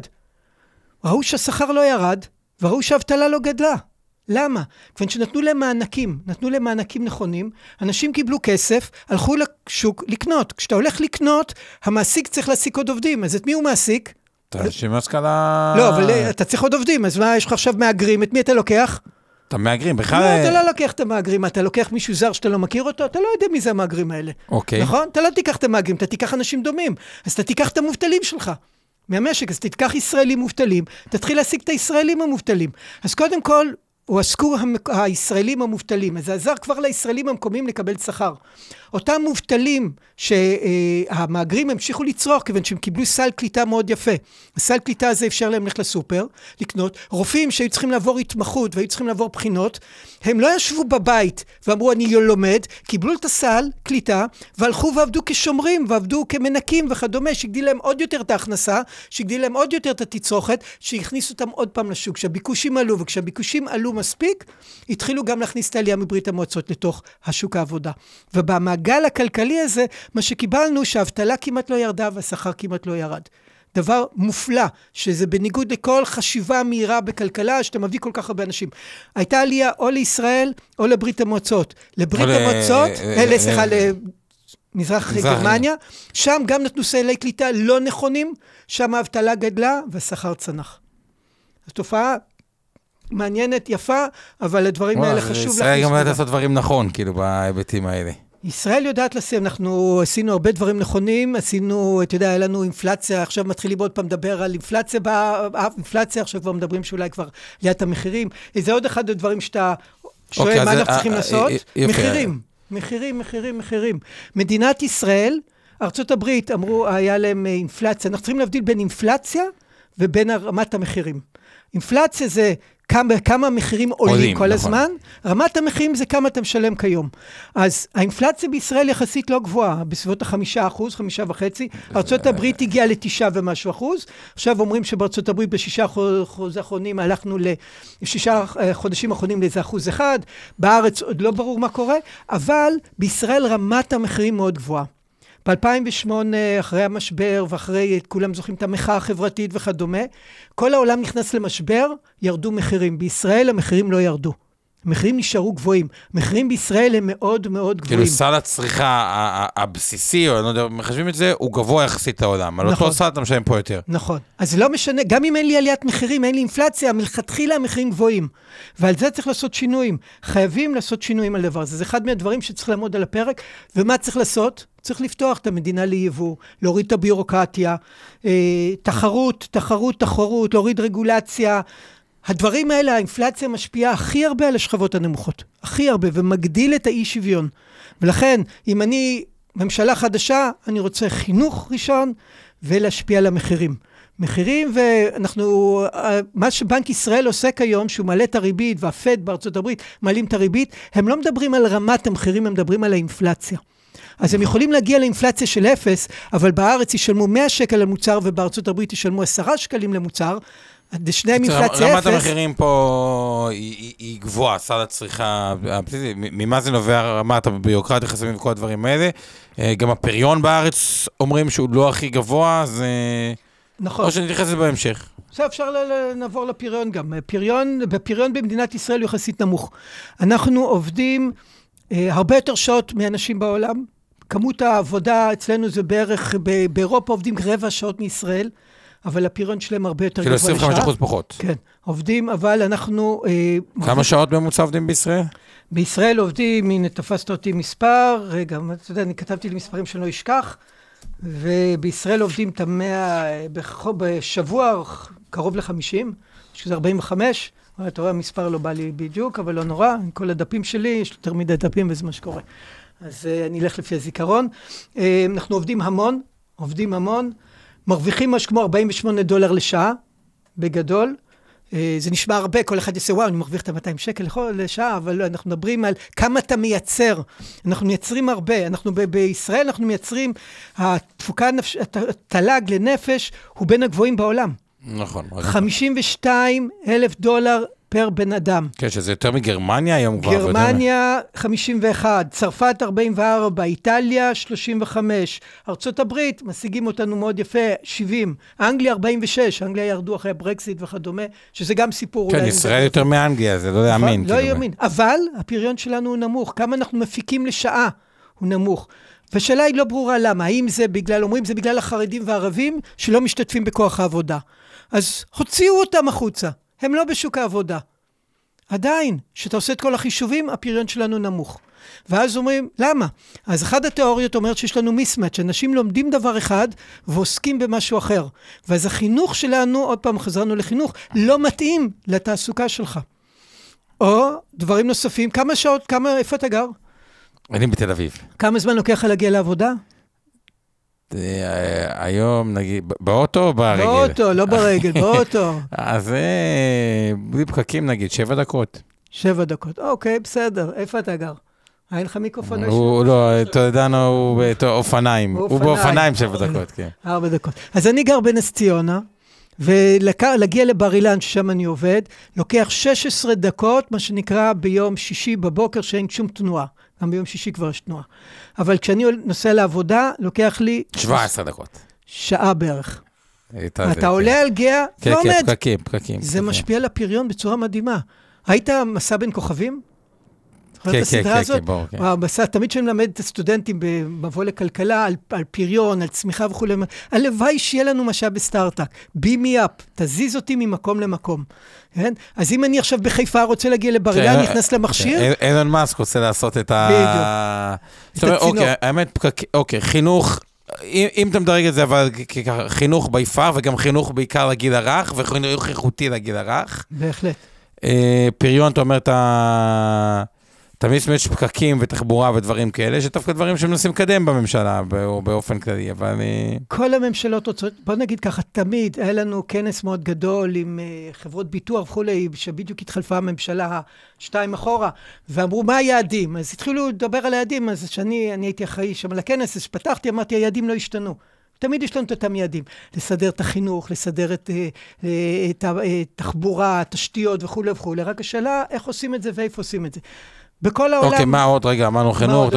ראו שהשכר לא ירד, וראו שהאבטלה לא גדלה. למה? כיוון שנתנו להם מענקים, נתנו להם מענקים נכונים, אנשים קיבלו כסף, הלכו לשוק לקנות. כשאתה הולך לקנות, המעסיק צריך להעסיק עוד עובדים, אז את מי הוא מעסיק? אתה שמסקלה... לא, אבל אתה צריך עוד עובדים, אז מה, יש לך עכשיו מאגרים, את מי אתה לוקח? אתה מאגרים, בכלל... לא, אתה לא לוקח את המאגרים, אתה לוקח מישהו זר שאתה לא מכיר אותו, אתה לא יודע מי זה המאגרים האלה. אוקיי. נכון? אתה לא תיקח את המאגרים, אתה תיקח אנשים דומים, אז אתה תיקח את המובטלים שלך. מהמשק, אז תיקח ישראלים מובטלים, תתחיל להשיג את הישראלים המובטלים. אז קודם כל, הועסקו הישראלים המובטלים, אז זה עזר כבר לישראלים המקומיים לקבל שכר. אותם מובטלים שהמאגרים המשיכו לצרוך, כיוון שהם קיבלו סל קליטה מאוד יפה. הסל קליטה הזה אפשר להם ללכת לסופר, לקנות. רופאים שהיו צריכים לעבור התמחות והיו צריכים לעבור בחינות, הם לא ישבו בבית ואמרו אני לא לומד, קיבלו את הסל קליטה, והלכו ועבדו כשומרים, ועבדו כמנקים וכדומה, שהגדיל להם עוד יותר את ההכנסה, שהגדיל להם עוד יותר את התצרוכת, שהכניסו אותם עוד פעם לשוק. כשהביקושים עלו, וכשהביקושים עלו מספיק, התחילו גם להכניס את העלייה מברית המועצות לתוך השוק העבודה. ובמעגל הכלכלי הזה, מה שקיבלנו, שהאבטלה כמעט לא ירדה, והשכר כמעט לא ירד. דבר מופלא, שזה בניגוד לכל חשיבה מהירה בכלכלה, שאתה מביא כל כך הרבה אנשים. הייתה עלייה או לישראל, או לברית המועצות. לברית המועצות, סליחה, למזרח גרמניה, שם גם נתנו סלי קליטה לא נכונים, שם האבטלה גדלה, והשכר צנח. זו תופעה מעניינת, יפה, אבל הדברים האלה חשוב להכניס. ישראל גם יודעת לעשות דברים נכון, כאילו, בהיבטים האלה. ישראל יודעת לשים, אנחנו עשינו הרבה דברים נכונים, עשינו, אתה יודע, היה לנו אינפלציה, עכשיו מתחילים עוד פעם לדבר על אינפלציה, עכשיו כבר מדברים שאולי כבר ליד המחירים, זה עוד אחד הדברים שאתה שואל מה אנחנו צריכים לעשות, מחירים. מדינת ישראל, ארצות הברית אמרו, היה להם אינפלציה, אנחנו צריכים להבדיל בין אינפלציה ובין רמת המחירים. אינפלציה זה כמה המחירים עולים כל הזמן, רמת המחירים זה כמה אתה משלם כיום. אז האינפלציה בישראל יחסית לא גבוהה, בסביבות ה5%, 5.5%, ארצות הברית הגיעה ל9 ומשהו אחוז, עכשיו אומרים שבארצות הברית ב6 האחרונים הלכנו ל6 חודשים האחרונים לאיזה 1%, בארץ עוד לא ברור מה קורה, אבל בישראל רמת המחירים מאוד גבוהה. ב-2008, אחרי המשבר, ואחרי, כולם זוכרים את המחאה החברתית וכדומה, כל העולם נכנס למשבר, ירדו מחירים. בישראל המחירים לא ירדו. המחירים נשארו גבוהים. מחירים בישראל הם מאוד מאוד גבוהים. כאילו סל הצריכה הבסיסי, או אני לא יודע, מחשבים את זה, הוא גבוה יחסית לעולם. על אותו סל אתה משלם פה יותר. נכון. אז זה לא משנה, גם אם אין לי עליית מחירים, אין לי אינפלציה, מלכתחילה המחירים גבוהים. ועל זה צריך לעשות שינויים. חייבים לעשות שינויים על דבר הזה. זה אחד מהדברים שצריך לעמוד על הפרק. ומה צריך לעשות? צריך לפתוח את המדינה ליבוא, להוריד את הביורוקרטיה, תחרות, להוריד רגולציה. הדברים האלה, האינפלציה משפיעה הכי הרבה על השכבות הנמוכות. הכי הרבה, ומגדיל את האי שוויון. ולכן, אם אני ממשלה חדשה, אני רוצה חינוך ראשון, ולהשפיע על המחירים. מחירים, ואנחנו, מה שבנק ישראל עושה כיום, שהוא מעלה את הריבית, והפד בארצות הברית מעלים את הריבית, הם לא מדברים על רמת המחירים, הם מדברים על האינפלציה. אז הם יכולים להגיע לאינפלציה של 0, אבל בארץ ישלמו 100 שקל למוצר, ובארצות הברית ישלמו 10 שקלים למוצר, שניהם אינפלציה 0. רמת המחירים פה היא גבוהה, סל הצריכה, ממה זה נובע רמת הביורוקרטיה, חסמים וכל הדברים האלה. גם הפריון בארץ אומרים שהוא לא הכי גבוה, זה... נכון. או שנתייחס לזה בהמשך. עכשיו אפשר לעבור לפריון גם. בפריון במדינת ישראל הוא יחסית נמוך. אנחנו עובדים הרבה יותר שעות מאנשים בעולם. כמות העבודה אצלנו זה בערך, באירופה עובדים רבע שעות מישראל, אבל הפריון שלהם הרבה יותר גבוה לשעה. כאילו 25% פחות. כן, עובדים, אבל אנחנו... כמה שעות בממוצע עובדים בישראל? בישראל עובדים, הנה תפסת אותי מספר, רגע, אתה יודע, אני כתבתי לי מספרים שאני לא אשכח, ובישראל עובדים את 100, בשבוע קרוב ל-50, שזה 45, אתה רואה, המספר לא בא לי בדיוק, אבל לא נורא, עם כל הדפים שלי, יש יותר מדי דפים וזה מה שקורה. אז אני אלך לפי הזיכרון. אנחנו עובדים המון, מרוויחים משהו כמו $48 לשעה, בגדול. זה נשמע הרבה, כל אחד יעשה, וואו, אני מרוויח את $200 לשעה, אבל לא, אנחנו מדברים על כמה אתה מייצר. אנחנו מייצרים הרבה. בישראל אנחנו מייצרים, התפוקה, התל"ג לנפש, הוא בין הגבוהים בעולם. נכון. $52,000 פר בן אדם. כן, שזה יותר מגרמניה היום כבר. גרמניה 51, צרפת 44, איטליה 35, ארצות הברית משיגים אותנו מאוד יפה 70, אנגליה 46, אנגליה ירדו אחרי הברקסיט וכדומה, שזה גם סיפור. כן, ישראל יותר מאנגליה, זה לא יאמין. לא יאמין, אבל הפריון שלנו הוא נמוך, כמה אנחנו מפיקים לשעה הוא נמוך. והשאלה היא לא ברורה למה, האם זה בגלל, אומרים זה בגלל החרדים והערבים שלא משתתפים בכוח העבודה. אז הוציאו אותם החוצה. הם לא בשוק העבודה. עדיין, שאתה עושה את כל החישובים, הפריון שלנו נמוך. ואז אומרים, למה? אז אחת התיאוריות אומרת שיש לנו מיסמץ', אנשים לומדים דבר אחד ועוסקים במשהו אחר. ואז החינוך שלנו, עוד פעם חזרנו לחינוך, לא מתאים לתעסוקה שלך. או דברים נוספים, כמה שעות, איפה אתה גר? אני בתל אביב. כמה זמן לוקח להגיע לעבודה? היום, נגיד, באוטו או ברגל? באוטו, לא ברגל, באוטו. אז בלי פקקים, נגיד, 7 דקות. 7 דקות, אוקיי, בסדר. איפה אתה גר? אין לך מיקרופון? הוא לא, תודענו, הוא באופניים. הוא באופניים 7 דקות, כן. 4 דקות. אז אני גר בנס ציונה, ולהגיע לבר אילן, ששם אני עובד, לוקח 16 דקות, מה שנקרא ביום שישי בבוקר, שאין שום תנועה. גם ביום שישי כבר יש תנועה. אבל כשאני נוסע לעבודה, לוקח לי 17 דקות. שעה בערך. אתה עולה על גאה ועומד. פקקים. זה משפיע על הפריון בצורה מדהימה. היית מסע בין כוכבים? כן, ברור. תמיד שאני מלמד את הסטודנטים במבוא לכלכלה על פריון, על צמיחה וכו'. הלוואי שיהיה לנו משאב בסטארט-אפ. בי מי אפ, תזיז אותי ממקום למקום. אז אם אני עכשיו בחיפה רוצה להגיע לבר אילן, נכנס למכשיר. אילון מאסק רוצה לעשות את ה... אוקיי, האמת, אוקיי, חינוך, אם אתה מדרג את זה, אבל חינוך ביפר, וגם חינוך בעיקר לגיל הרך, וחינוך איכותי לגיל הרך. בהחלט. פריון, אתה אומר, תמיד יש פקקים ותחבורה ודברים כאלה, שדווקא דברים שמנסים לקדם בממשלה, באופן כללי, אבל... כל הממשלות רוצות, בוא נגיד ככה, תמיד היה לנו כנס מאוד גדול עם חברות ביטוח וכולי, שבדיוק התחלפה הממשלה 2 אחורה, ואמרו, מה היעדים? אז התחילו לדבר על היעדים, אז שאני הייתי אחראי שם לכנס, אז שפתחתי, אמרתי, היעדים לא השתנו. תמיד יש לנו את אותם יעדים, לסדר את החינוך, לסדר את התחבורה, התשתיות וכו' וכו'. רק השאלה, איך עושים את זה ואיפה עושים את זה. בכל העולם... אוקיי, מה עוד רגע? אמרנו חינוך?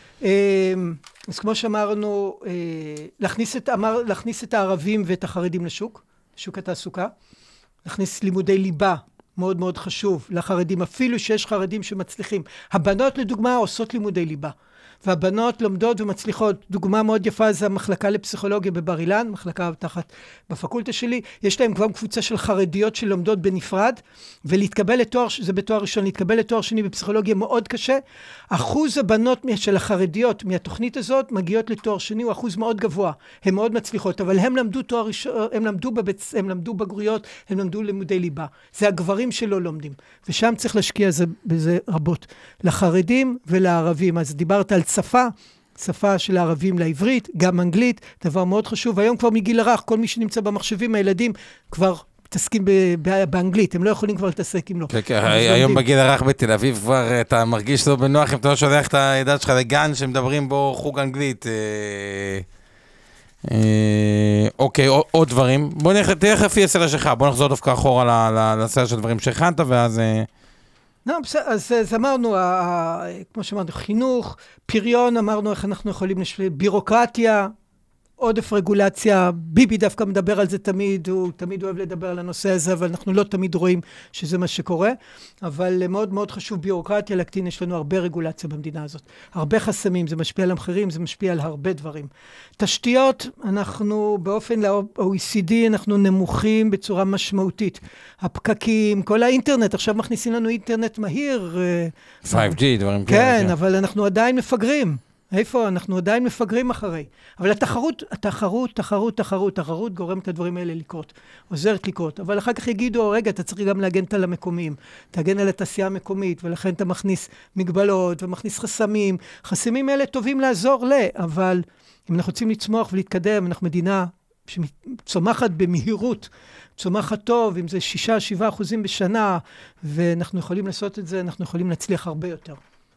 אז כמו שאמרנו, להכניס את הערבים ואת החרדים לשוק התעסוקה, להכניס לימודי ליבה, מאוד מאוד חשוב, לחרדים, אפילו שיש חרדים שמצליחים. הבנות לדוגמה עושות לימודי ליבה. והבנות לומדות ומצליחות. דוגמה מאוד יפה זה המחלקה לפסיכולוגיה בבר אילן, מחלקה תחת בפקולטה שלי. יש להם כבר קבוצה של חרדיות שלומדות בנפרד, ולהתקבל לתואר, זה בתואר ראשון, להתקבל לתואר שני בפסיכולוגיה מאוד קשה. אחוז הבנות של החרדיות מהתוכנית הזאת מגיעות לתואר שני, הוא אחוז מאוד גבוה. הן מאוד מצליחות, אבל הם למדו תואר ראשון, הם למדו בגרויות, הם למדו לימודי ליבה. זה הגברים שלא לומדים. ושם צריך להשקיע בזה רבות. לחרדים ולערבים. אז דיברת על שפה של הערבים לעברית, גם אנגלית, דבר מאוד חשוב. היום כבר מגיל הרך, כל מי שנמצא במחשבים, הילדים כבר מתעסקים באנגלית, הם לא יכולים כבר להתעסק אם לא. כן, היום בגיל הרך בתל אביב כבר אתה מרגיש לא בנוח, אם אתה לא שולח את הילד שלך לגן שמדברים בו חוג אנגלית. אוקיי, עוד דברים. בוא נלך לפי הסדר שלך, בוא נחזור דווקא אחורה לסדר של דברים שהכנת, ואז... לא, אז אמרנו, כמו שאמרנו, חינוך, פריון, אמרנו איך אנחנו יכולים בירוקרטיה, עודף רגולציה, ביבי דווקא מדבר על זה תמיד, הוא תמיד אוהב לדבר על הנושא הזה, אבל אנחנו לא תמיד רואים שזה מה שקורה, אבל מאוד מאוד חשוב בירוקרטיה להקטין, יש לנו הרבה רגולציה במדינה הזאת, הרבה חסמים, זה משפיע על המחירים, זה משפיע על הרבה דברים. תשתיות, אנחנו באופן ל-OECD, אנחנו נמוכים בצורה משמעותית. הפקקים, כל האינטרנט, עכשיו מכניסים לנו אינטרנט מהיר. 5G, דברים כאלה. כן, אבל אנחנו עדיין מפגרים. איפה? אנחנו עדיין מפגרים אחרי. אבל התחרות גורמת לדברים האלה לקרות. עוזרת לקרות. אבל אחר כך יגידו, רגע, אתה צריך גם להגן על המקומיים. תגן על התעשייה המקומית, ולכן אתה מכניס מגבלות ומכניס חסמים. חסמים האלה טובים לעזור אבל אם אנחנו רוצים לצמוח ולהתקדם, אנחנו מדינה שצומחת במהירות, צומחת טוב, אם זה 6-7% בשנה, ואנחנו יכולים לעשות את זה, אנחנו יכולים להצליח הרבה יותר.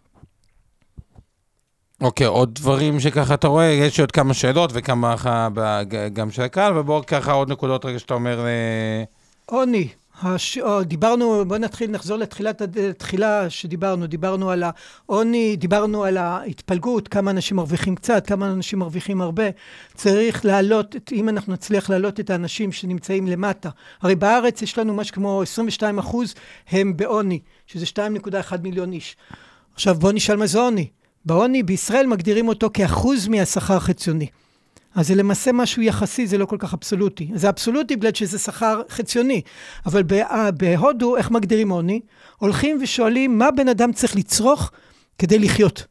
אוקיי, עוד דברים שככה אתה רואה, יש עוד כמה שאלות וכמה גם של הקהל, ובואו ככה עוד נקודות רגע שאתה אומר... עוני, דיברנו, בוא נחזור לתחילה דיברנו על העוני, דיברנו על ההתפלגות, כמה אנשים מרוויחים קצת, כמה אנשים מרוויחים הרבה, צריך להעלות, אם אנחנו נצליח להעלות את האנשים שנמצאים למטה, הרי בארץ יש לנו משהו כמו 22% הם בעוני, שזה 2.1 מיליון איש. עכשיו בוא נשאל מה זה עוני. בעוני בישראל מגדירים אותו כאחוז מהשכר חציוני. אז זה למעשה משהו יחסי, זה לא כל כך אבסולוטי. זה אבסולוטי בגלל שזה שכר חציוני. אבל בהודו, איך מגדירים עוני? הולכים ושואלים מה בן אדם צריך לצרוך כדי לחיות.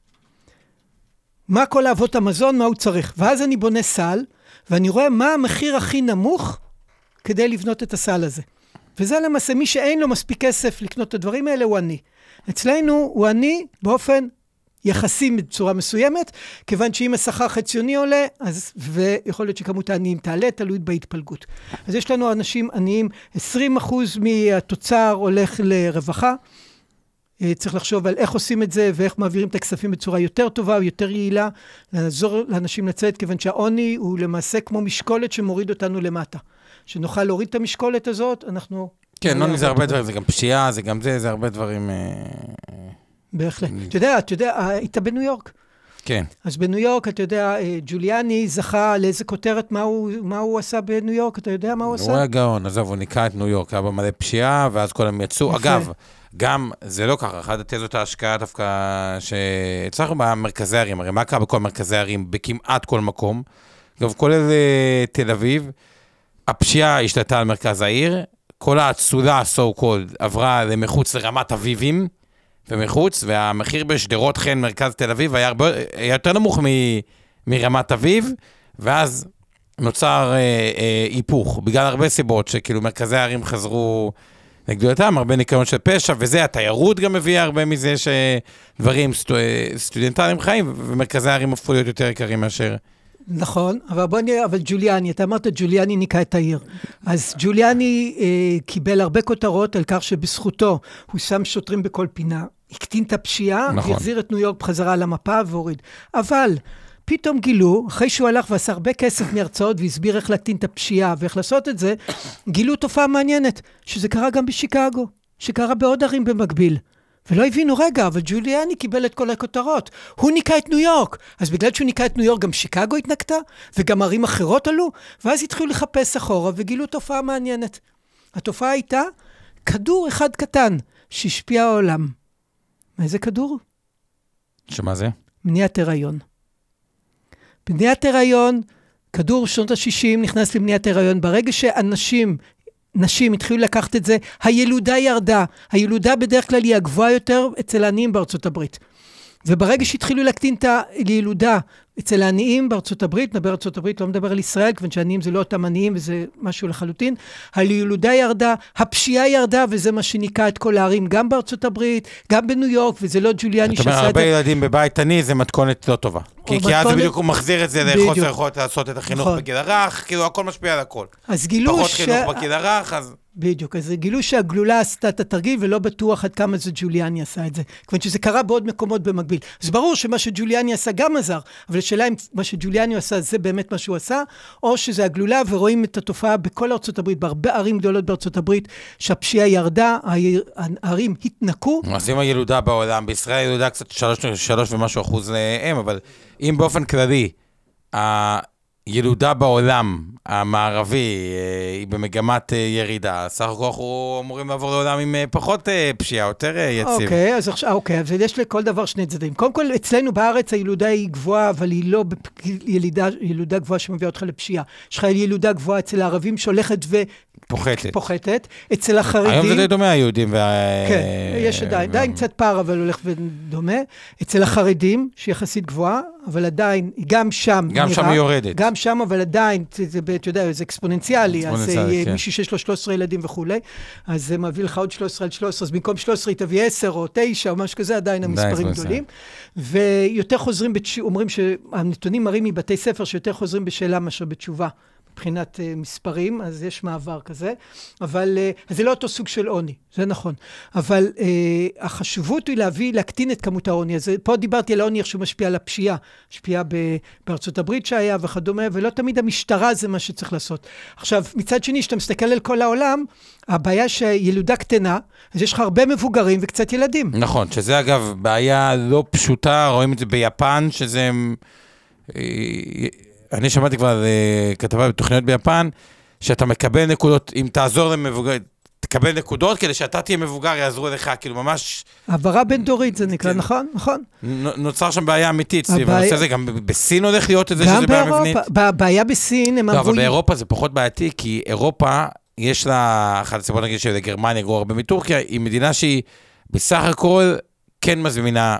מה כל אבות המזון, מה הוא צריך. ואז אני בונה סל, ואני רואה מה המחיר הכי נמוך כדי לבנות את הסל הזה. וזה למעשה מי שאין לו מספיק כסף לקנות את הדברים האלה, הוא עני. אצלנו הוא עני באופן יחסים בצורה מסוימת, כיוון שאם השכר חציוני עולה, ויכול להיות שכמות העניים תעלה, תלוי בהתפלגות. אז יש לנו אנשים עניים, 20% מהתוצר הולך לרווחה, צריך לחשוב על איך עושים את זה, ואיך מעבירים את הכספים בצורה יותר טובה, יותר יעילה, לעזור לאנשים לצאת, כיוון שהעוני הוא למעשה כמו משקולת שמוריד אותנו למטה. שנוכל להוריד את המשקולת הזאת, אנחנו... כן, עוני זה הרבה דברים, זה גם פשיעה, זה גם זה הרבה דברים... בהחלט. אתה יודע, היית בניו יורק. כן. אז בניו יורק, אתה יודע, ג'וליאני זכה לאיזה כותרת, מה הוא עשה בניו יורק? אתה יודע מה הוא עשה? הוא היה גאון, עזוב, הוא ניקה את ניו יורק, היה במלא פשיעה, ואז כל הם יצאו. אגב, גם, זה לא ככה, אחת התזות ההשקעה דווקא, שהצלחנו במרכזי הערים, הרי מה קרה בכל מרכזי הערים, בכמעט כל מקום, אגב, כולל תל אביב, הפשיעה השתלטה על מרכז העיר, כל האצולה, so called, עברה למחוץ לרמת אביבים, ומחוץ, והמחיר בשדרות חן, מרכז תל אביב, היה יותר נמוך מרמת אביב, ואז נוצר היפוך, בגלל הרבה סיבות, שכאילו מרכזי הערים חזרו לגדולתם, הרבה ניקיון של פשע, וזה, התיירות גם הביאה הרבה מזה, שדברים סטודנטליים חיים, ומרכזי הערים הפכו להיות יותר יקרים מאשר... נכון, אבל ג'וליאני, אתה אמרת ג'וליאני ניקה את העיר. אז ג'וליאני קיבל הרבה כותרות על כך שבזכותו הוא שם שוטרים בכל פינה, הקטין את הפשיעה, נכון. והחזיר את ניו יורק בחזרה למפה והוריד. אבל פתאום גילו, אחרי שהוא הלך ועשה הרבה כסף מהרצאות והסביר איך להקטין את הפשיעה ואיך לעשות את זה, גילו תופעה מעניינת, שזה קרה גם בשיקגו, שקרה בעוד ערים במקביל. ולא הבינו, רגע, אבל ג'וליאני קיבל את כל הכותרות. הוא ניקה את ניו יורק. אז בגלל שהוא ניקה את ניו יורק, גם שיקגו התנקתה, וגם ערים אחרות עלו, ואז התחילו לחפש אחורה, וגילו תופעה מעניינת. התופעה הייתה כדור אחד קטן, שהשפיע העולם. מאיזה כדור? שמה זה? מניעת הריון. מניעת הריון, כדור שנות ה-60 נכנס למניעת הריון, ברגע נשים התחילו לקחת את זה, הילודה ירדה. הילודה בדרך כלל היא הגבוהה יותר אצל העניים בארצות הברית. וברגע שהתחילו להקטין את הילודה אצל העניים בארצות הברית, נדבר ארצות הברית, לא מדבר על ישראל, כיוון שהעניים זה לא אותם עניים וזה משהו לחלוטין, הילודה ירדה, הפשיעה ירדה, וזה מה שניקה את כל הערים, גם בארצות הברית, גם בניו יורק, וזה לא ג'וליאני שעשה את זה. זאת אומרת, הרבה ילדים בבית עני, זה מתכונת לא טובה. כי אז בדיוק הוא מחזיר את זה לחוסר יכולת לעשות את החינוך בגיל הרך, כאילו הכל משפיע על הכל. אז גילו פחות חינוך בגיל הרך, אז... בדיוק, אז גילו שהגלולה עשתה את התרגיל, ולא בטוח עד כמה זה ג'וליאני עשה את זה. כיוון שזה קרה בעוד מקומות במקביל. אז ברור שמה שג'וליאני עשה גם עזר, אבל השאלה אם מה שג'וליאני עשה זה באמת מה שהוא עשה, או שזה הגלולה, ורואים את התופעה בכל ארצות הברית, בהרבה ערים גדולות בארצות הברית, שהפשיעה ירדה, הערים התנקו. אז אם הילודה בעולם, בישראל ילודה קצת 3 ומשהו אחוז להם, אבל אם באופן כללי, ילודה בעולם המערבי היא במגמת ירידה, סך הכל אנחנו אמורים לעבור לעולם עם פחות פשיעה, יותר יציב. אוקיי, אז יש לכל דבר שני צדדים. קודם כל, אצלנו בארץ הילודה היא גבוהה, אבל היא לא ילודה גבוהה שמביאה אותך לפשיעה. יש לך ילודה גבוהה אצל הערבים שהולכת פוחתת. אצל החרדים... היום זה די דומה היהודים. כן, יש עדיין קצת פער, אבל הולך ודומה. אצל החרדים, שיחסית גבוהה, אבל עדיין, גם שם גם שם היא יורדת. גם שם, אבל עדיין, אתה יודע, זה אקספוננציאלי, אז מישהו שיש לו 13 ילדים וכו', אז זה מביא לך עוד 13 על 13, אז במקום 13 היא תביא 10 או 9 או משהו כזה, עדיין המספרים גדולים. ויותר חוזרים, אומרים שהנתונים מראים מבתי ספר שיותר חוזרים בשאלה מאשר בתשובה. מבחינת מספרים, אז יש מעבר כזה, אבל זה לא אותו סוג של עוני, זה נכון. אבל החשיבות היא להקטין את כמות העוני. אז פה דיברתי על העוני, איך שהוא משפיע על הפשיעה, משפיע בארצות הברית שהיה וכדומה, ולא תמיד המשטרה זה מה שצריך לעשות. עכשיו, מצד שני, שאתה מסתכל על כל העולם, הבעיה שילודה קטנה, אז יש לך הרבה מבוגרים וקצת ילדים. נכון, שזה אגב בעיה לא פשוטה, רואים את זה ביפן, שזה... אני שמעתי כבר כתבה בתוכניות ביפן, שאתה מקבל נקודות, אם תעזור למבוגר, תקבל נקודות, כדי שאתה תהיה מבוגר, יעזרו לך, כאילו ממש... העברה בין דורית זה נקרא, נכון? נכון. נוצר שם בעיה אמיתית, ונושא זה גם בסין הולך להיות את זה, שזה בעיה מבנית. בעיה בסין, הם אמרו... אבל באירופה זה פחות בעייתי, כי אירופה, יש לה, אחת הסיבות נגיד שלגרמניה גרוע הרבה מטורקיה, היא מדינה שהיא בסך הכל כן מזמינה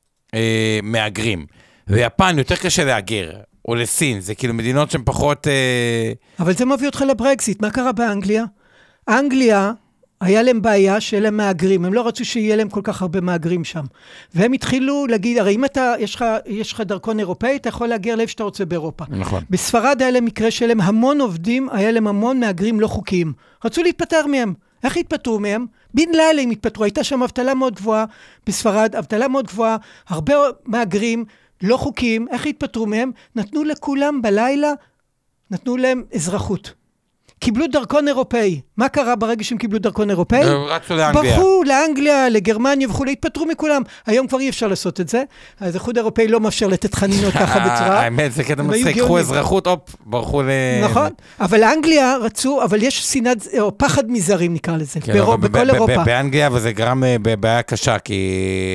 מהגרים. ויפן יותר קשה להגר. או לסין, זה כאילו מדינות שהן פחות... אבל זה מביא אותך לברקזיט, מה קרה באנגליה? אנגליה, היה להם בעיה שיהיה להם מהגרים, הם לא רצו שיהיה להם כל כך הרבה מהגרים שם. והם התחילו להגיד, הרי אם יש לך דרכון אירופאי, אתה יכול להגר לאיפה שאתה רוצה באירופה. נכון. בספרד היה להם מקרה שלהם המון עובדים, היה להם המון מהגרים לא חוקיים. רצו להתפטר מהם. איך התפטרו מהם? בין לילה הם התפטרו, הייתה שם אבטלה מאוד גבוהה בספרד, אבטלה מאוד גבוהה, הרבה מהגרים, לא חוקיים, איך התפטרו מהם? נתנו לכולם בלילה, נתנו להם אזרחות. קיבלו דרכון אירופאי. מה קרה ברגע שהם קיבלו דרכון אירופאי? רצו לאנגליה. ברחו לאנגליה, לגרמניה וכו', התפטרו מכולם. היום כבר אי אפשר לעשות את זה. אז האיחוד האירופאי לא מאפשר לתת חנינות ככה בצורה. האמת, זה קטע מצחיק, קחו אזרחות, הופ, ברחו נכון, אבל לאנגליה רצו, אבל יש שנאת, או פחד מזרים נקרא לזה, בכל אירופה. באנגליה, וזה גרם בעיה קשה, כי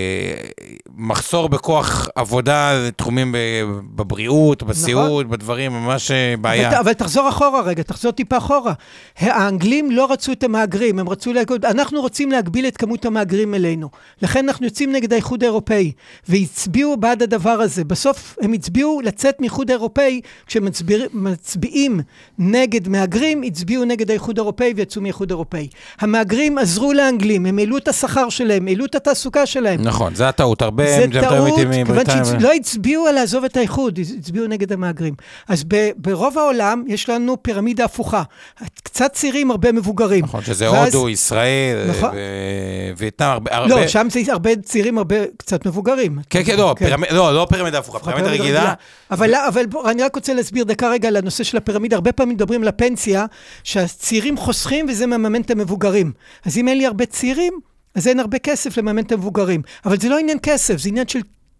מחסור בכוח עבודה, תחומים בבריאות, בסיעוד, בדברים, ממש בעיה. אבל תחזור אחורה רגע, תחזור טיפה אחורה. האנגלים לא רצו את המהגרים, הם רצו אנחנו רוצים להגביל את כמות המהגרים אלינו. לכן אנחנו יוצאים נגד האיחוד האירופאי, והצביעו בעד הדבר הזה. בסוף הם הצביעו לצאת מאיחוד האירופאי, כשמצביעים נגד מהגרים, הצביעו נגד האיחוד האירופאי ויצאו מאיחוד האירופאי. המהגרים עזרו לאנגלים, הם העלו את השכר שלהם, העלו את התעסוקה שלהם. נכון, זה הטעות. הרבה זה טעות, כיוון שלא הצביעו על לעזוב את האיחוד, הצביעו נגד המהגרים. אז ברוב העולם יש לנו פירמידה הפוכה. קצת צעירים, הרבה מבוגרים. נכון, שזה הודו, ישראל, ויetnam, הרבה... לא, שם זה הרבה צעירים, הרבה קצת מבוגרים. כן, כן, לא פירמידה הפוכה, פירמידה רגילה. אבל אני רק רוצה להסביר דקה רגע לנושא של הפירמידה. הרבה פעמים מדברים על הפנסיה, שהצעירים חוסכים וזה מממן את המבוגרים. אז אם אין לי הרבה צעירים, אז אין הרבה כסף לממן את המבוגרים. אבל זה לא עניין כסף, זה עניין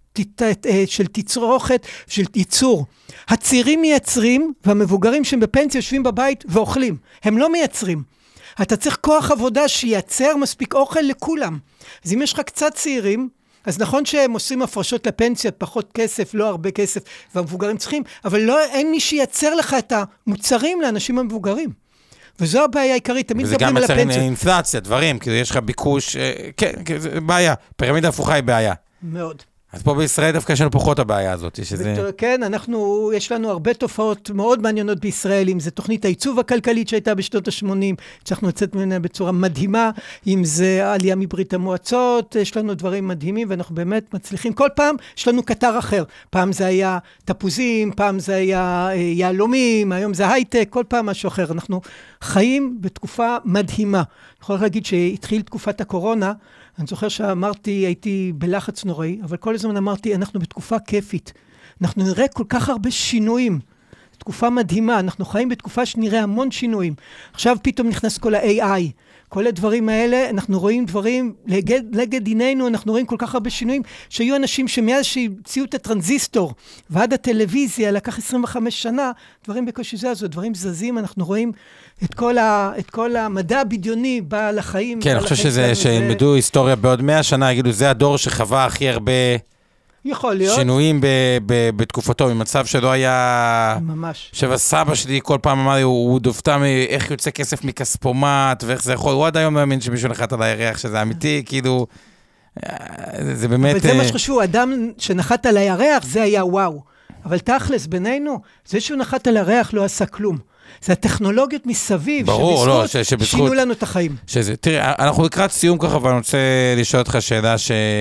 של תצרוכת, של ייצור. הצעירים מייצרים, והמבוגרים שהם בפנסיה יושבים בבית ואוכלים. הם לא מייצרים. אתה צריך כוח עבודה שייצר מספיק אוכל לכולם. אז אם יש לך קצת צעירים, אז נכון שהם עושים הפרשות לפנסיה, פחות כסף, לא הרבה כסף, והמבוגרים צריכים, אבל אין מי שייצר לך את המוצרים לאנשים המבוגרים. וזו הבעיה העיקרית, תמיד מדברים על הפנסיה. וזה גם יצר אינפלציה, דברים, כי יש לך ביקוש, כן, זה בעיה. פירמידה הפוכה היא בעיה. מאוד. אז פה בישראל דווקא יש לנו פחות הבעיה הזאת. כן, יש לנו הרבה תופעות מאוד מעניינות בישראל, אם זה תוכנית העיצוב הכלכלית שהייתה בשנות ה-80, שאנחנו יוצאת ממנה בצורה מדהימה, אם זה עלייה מברית המועצות, יש לנו דברים מדהימים, ואנחנו באמת מצליחים. כל פעם יש לנו קטר אחר. פעם זה היה תפוזים, פעם זה היה יהלומים, היום זה הייטק, כל פעם משהו אחר. אנחנו חיים בתקופה מדהימה. אני יכול להגיד שהתחיל תקופת הקורונה, אני זוכר שאמרתי, הייתי בלחץ נוראי, אבל כל הזמן אמרתי, אנחנו בתקופה כיפית. אנחנו נראה כל כך הרבה שינויים. תקופה מדהימה, אנחנו חיים בתקופה שנראה המון שינויים. עכשיו פתאום נכנס כל ה-AI. כל הדברים האלה, אנחנו רואים דברים, לגד עינינו, אנחנו רואים כל כך הרבה שינויים, שהיו אנשים שמאז שהציעו את הטרנזיסטור, ועד הטלוויזיה, לקח 25 שנה, דברים בקושי זזו, דברים זזים, אנחנו רואים את כל המדע הבדיוני בא לחיים. כן, אני חושב שילמדו היסטוריה בעוד 100 שנה, יגידו, זה הדור שחווה הכי הרבה יכול להיות. שינויים בתקופתו, ממצב שלא היה... ממש. סבא שלי כל פעם אמר לי, הוא דופתה מאיך יוצא כסף מכספומט, ואיך זה יכול, הוא עד היום מאמין שמישהו נחת על הירח שזה אמיתי, כאילו, זה באמת... אבל זה מה שחשוב, אדם שנחת על הירח, זה היה וואו. אבל תכלס, בינינו, זה שהוא נחת על הירח לא עשה כלום. זה הטכנולוגיות מסביב, ברור, שבזכות שינו לנו את החיים. תראה, אנחנו לקראת סיום ככה, ואני רוצה לשאול אותך שאלה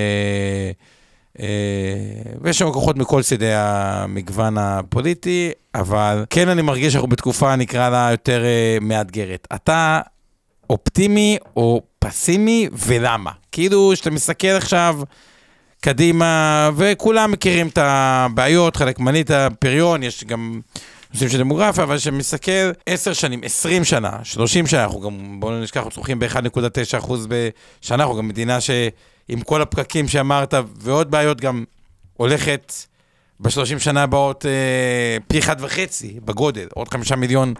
ויש שם כוחות מכל צידי המגוון הפוליטי, אבל כן אני מרגיש שאנחנו בתקופה נקרא לה יותר מאתגרת. אתה אופטימי או פסימי ולמה? כאילו שאתה מסתכל עכשיו קדימה, וכולם מכירים את הבעיות, חלק מנית הפריון, יש גם נושאים של דמוגרפיה, אבל שמסתכל 10 שנים, 20 שנה, 30 שנה, אנחנו גם, בואו נשכח, אנחנו צורכים ב-1.9% בשנה, אנחנו גם מדינה שעם כל הפקקים שאמרת, ועוד בעיות גם הולכת ב-30 שנה הבאות פי 1.5 בגודל, עוד 5 מיליון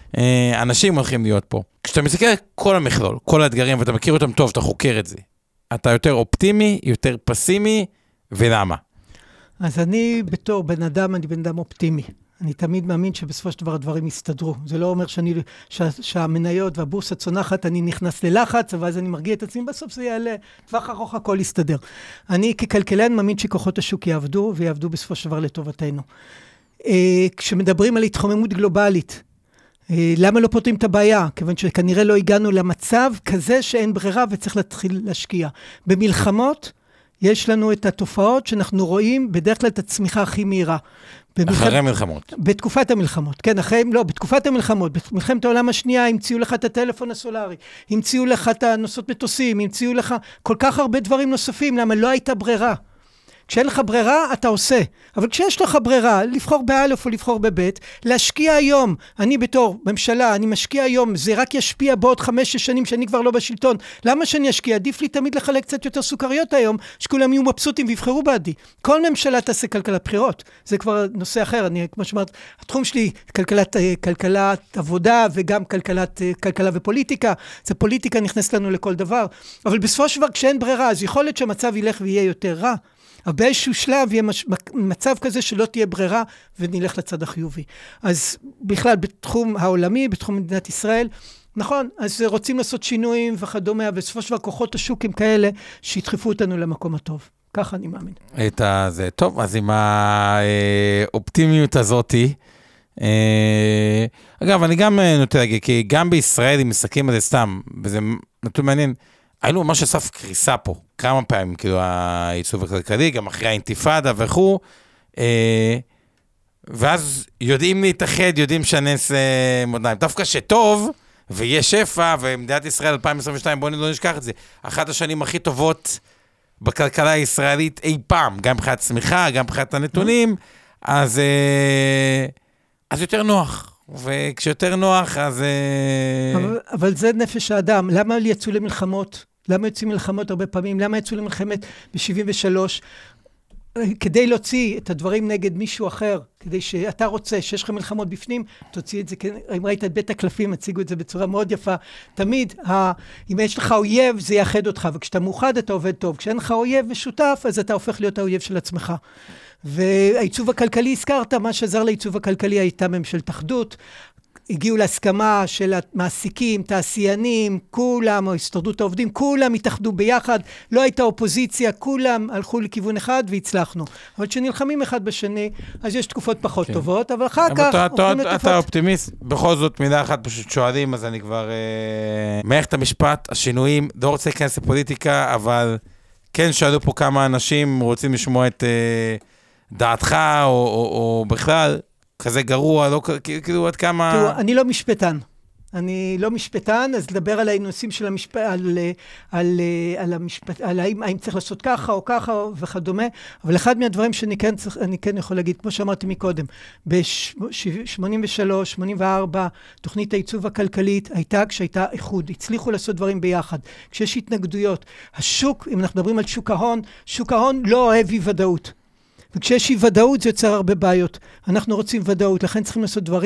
אנשים הולכים להיות פה. כשאתה מסתכל על כל המכלול, כל האתגרים, ואתה מכיר אותם טוב, אתה חוקר את זה. אתה יותר אופטימי, יותר פסימי, ולמה? אז אני בתור בן אדם, אני בן אדם אופטימי. אני תמיד מאמין שבסופו של דבר הדברים יסתדרו. זה לא אומר שהמניות והבורסה צונחת, אני נכנס ללחץ, ואז אני מרגיע את עצמי, בסוף זה יעלה, טווח ארוך הכל יסתדר. אני ככלכלן מאמין שכוחות השוק יעבדו, ויעבדו בסופו של דבר לטובתנו. כשמדברים על התחממות גלובלית, למה לא פותרים את הבעיה? כיוון שכנראה לא הגענו למצב כזה שאין ברירה וצריך להתחיל להשקיע. במלחמות יש לנו את התופעות שאנחנו רואים בדרך כלל את הצמיחה הכי מהירה. אחרי המלחמות. בתקופת המלחמות, כן, בתקופת המלחמות, במלחמת העולם השנייה, המציאו לך את הטלפון הסולרי, המציאו לך את הנוסעות מטוסים, המציאו לך כל כך הרבה דברים נוספים, למה לא הייתה ברירה. כשאין לך ברירה, אתה עושה. אבל כשיש לך ברירה, לבחור באלף או לבחור בבית, להשקיע היום, אני בתור ממשלה, אני משקיע היום, זה רק ישפיע בעוד 5-6 שנים שאני כבר לא בשלטון. למה שאני אשקיע? עדיף לי תמיד לחלק קצת יותר סוכריות היום, שכולם יהיו מבסוטים ויבחרו בעדי. כל ממשלה תעשה כלכלת בחירות. זה כבר נושא אחר. אני, כמו שאמרת, התחום שלי, כלכלת עבודה וגם כלכלה ופוליטיקה. זה פוליטיקה נכנסת לנו לכל דבר. אבל בסופו של דבר, כשאין ברירה, אז יכול להיות שהמצב ילך ויהיה יותר רע. אבל באיזשהו שלב יהיה מצב כזה שלא תהיה ברירה ונלך לצד החיובי. אז בכלל בתחום העולמי, בתחום מדינת ישראל, נכון, אז רוצים לעשות שינויים וכדומה, בסופו של דבר כוחות השוק הם כאלה שידחפו אותנו למקום הטוב. ככה אני מאמין. זה טוב, אז עם האופטימיות הזאת, אגב, אני גם נוטה להגיד, כי גם בישראל הם מסתכלים על זה סתם, וזה נתון מעניין, היינו ממש אסף קריסה פה, כמה פעמים, כאילו העיצוב הכלכלי, גם אחרי האינתיפאדה וכו', ואז יודעים להתאחד, יודעים שהנס מודניים. דווקא שטוב, ויש שפע, ומדינת ישראל 2022, בואו לא נשכח את זה, אחת השנים הכי טובות בכלכלה הישראלית אי פעם, גם מבחינת צמיחה, גם מבחינת הנתונים, אז יותר נוח. וכשיותר נוח, אז... אבל זה נפש האדם. למה יצאו למלחמות? למה יצאו מלחמות הרבה פעמים? למה יצאו למלחמת ב-73? כדי להוציא את הדברים נגד מישהו אחר, כדי שאתה רוצה, שיש לך מלחמות בפנים, תוציא את זה, אם ראית את בית הקלפים, הציגו את זה בצורה מאוד יפה. תמיד, אם יש לך אויב, זה יאחד אותך, וכשאתה מאוחד, אתה עובד טוב. כשאין לך אויב ושותף, אז אתה הופך להיות האויב של עצמך. והעיצוב הכלכלי, הזכרת, מה שעזר לעיצוב הכלכלי הייתה ממשלת אחדות, הגיעו להסכמה של המעסיקים, תעשיינים, כולם, או הסתדרות העובדים, כולם התאחדו ביחד, לא הייתה אופוזיציה, כולם הלכו לכיוון אחד והצלחנו. אבל כשנלחמים אחד בשני, אז יש תקופות פחות טובות, אבל אחר כך... אתה אופטימיסט, בכל זאת מילה אחת פשוט שואלים, אז אני כבר... מערכת המשפט, השינויים, לא רוצה להיכנס לפוליטיקה, אבל כן שאלו פה כמה אנשים רוצים לשמוע את דעתך, או בכלל... כזה גרוע, לא, כאילו עד כמה... תראו, אני לא משפטן, אז לדבר על הנושאים של המשפט, על המשפט, על האם צריך לעשות ככה או ככה וכדומה, אבל אחד מהדברים שאני כן יכול להגיד, כמו שאמרתי מקודם, ב-83, 84, תוכנית העיצוב הכלכלית הייתה כשהייתה איחוד, הצליחו לעשות דברים ביחד, כשיש התנגדויות. השוק, אם אנחנו מדברים על שוק ההון לא אוהב אי ודאות. וכשיש אי ודאות זה יוצר הרבה בעיות. אנחנו רוצים ודאות, לכן צריכים לעשות דברים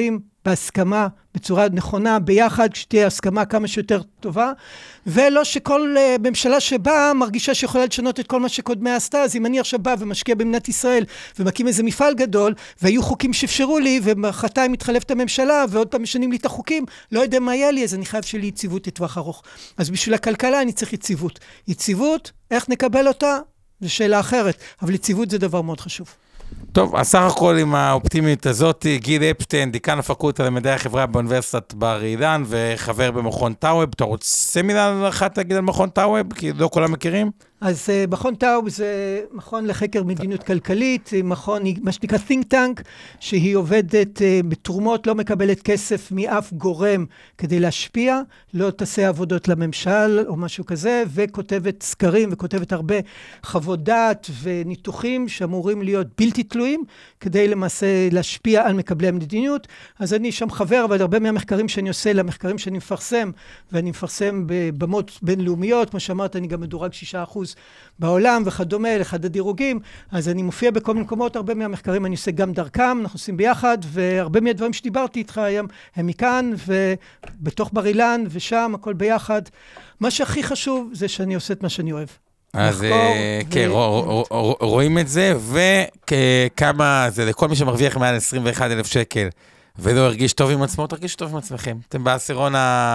בהסכמה, בצורה נכונה, ביחד, שתהיה הסכמה כמה שיותר טובה, ולא שכל ממשלה שבאה מרגישה שיכולה לשנות את כל מה שקודמי עשתה, אז אם אני עכשיו בא ומשקיע במדינת ישראל, ומקים איזה מפעל גדול, והיו חוקים שאפשרו לי, ומחרתיים מתחלף את הממשלה, ועוד פעם משנים לי את החוקים, לא יודע מה יהיה לי, אז אני חייב שלי יציבות לטווח ארוך. אז בשביל הכלכלה אני צריך יציבות. יציבות, איך נקבל אותה? זו שאלה אחרת, אבל יציבות זה דבר מאוד חשוב. טוב, אז סך הכל עם האופטימיות הזאת, גיל אפשטיין, דיקן הפקולטה למדעי החברה באוניברסיטת בר אילן, וחבר במכון טאווב. אתה רוצה מילה אחת להגיד על מכון טאווב? כי לא כולם מכירים? אז מכון טאוב זה מכון לחקר מדיניות כלכלית, מכון, מה שנקרא think tank, שהיא עובדת בתרומות, לא מקבלת כסף מאף גורם כדי להשפיע, לא תעשה עבודות לממשל או משהו כזה, וכותבת סקרים וכותבת הרבה חוות דעת וניתוחים שאמורים להיות בלתי תלויים, כדי למעשה להשפיע על מקבלי המדיניות. אז אני שם חבר, אבל הרבה מהמחקרים שאני עושה, למחקרים שאני מפרסם, ואני מפרסם בבמות בינלאומיות, כמו שאמרת, אני גם מדורג 6% בעולם וכדומה, לאחד הדירוגים, אז אני מופיע בכל מיני מקומות, הרבה מהמחקרים אני עושה גם דרכם, אנחנו עושים ביחד, והרבה מהדברים שדיברתי איתך היום, הם מכאן, ובתוך בר אילן, ושם, הכל ביחד. מה שהכי חשוב זה שאני עושה את מה שאני אוהב. אז כן, רואים את זה, וכמה זה לכל מי שמרוויח מעל 21,000 שקל, ולא הרגיש טוב עם עצמו, תרגיש טוב עם עצמכם. אתם בעשירון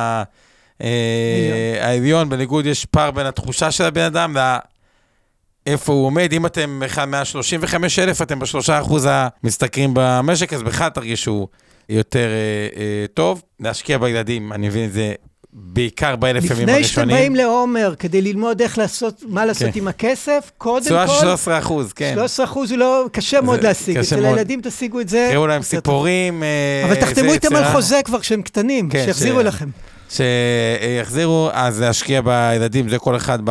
העליון, בניגוד יש פער בין התחושה של הבן אדם, איפה הוא עומד. אם אתם מה-35,000, אתם ב3% המשתכרים במשק, אז בכלל תרגישו יותר טוב. להשקיע בילדים, אני מבין את זה, בעיקר ב1,000 ימים הראשונים. לפני שאתם באים לעומר, כדי ללמוד איך לעשות, מה לעשות עם הכסף, קודם כל... צורה של 13%, כן. 13% הוא לא, קשה מאוד להשיג. אצל הילדים תשיגו את זה. קראו להם סיפורים. אבל תחתמו איתם על חוזה כבר כשהם קטנים, שיחזירו לכם. שיחזירו, אז להשקיע בילדים, זה כל אחד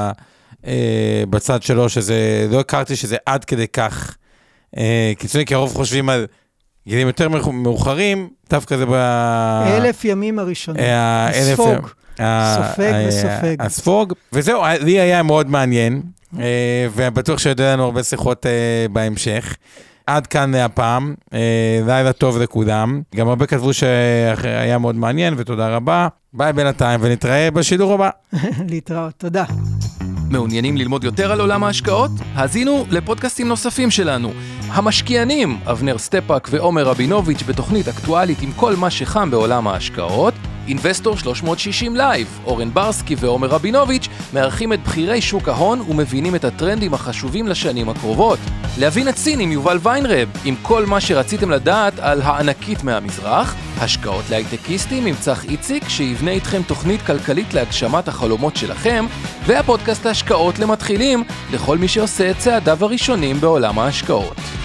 בצד שלו, שזה, לא הכרתי שזה עד כדי כך קיצוני, כי הרוב חושבים על גילים יותר מאוחרים, דווקא זה 1,000 ימים הראשונים. הספוג. סופג וסופג. הספוג, וזהו, לי היה מאוד מעניין, ובטוח שיודע לנו הרבה שיחות בהמשך. עד כאן הפעם, לילה טוב לכולם. גם הרבה כתבו שהיה מאוד מעניין, ותודה רבה. ביי בינתיים, ונתראה בשידור הבא. להתראות, תודה. מעוניינים ללמוד יותר על עולם ההשקעות? האזינו לפודקאסטים נוספים שלנו. המשקיענים, אבנר סטפאק ועומר רבינוביץ' בתוכנית אקטואלית עם כל מה שחם בעולם ההשקעות. אינבסטור 360 לייב, אורן ברסקי ועומר רבינוביץ' מארחים את בחירי שוק ההון ומבינים את הטרנדים החשובים לשנים הקרובות. להבין את סין עם יובל ויינרב, עם כל מה שרציתם לדעת על הענקית מהמזרח. השקעות להייטקיסטים עם צח איציק, שיבנה איתכם תוכנית כלכלית להגשמת החלומות שלכם. והפודקאסט ההשקעות למתחילים, לכל מי שעושה את צעדיו הראשונים בעולם ההשקעות.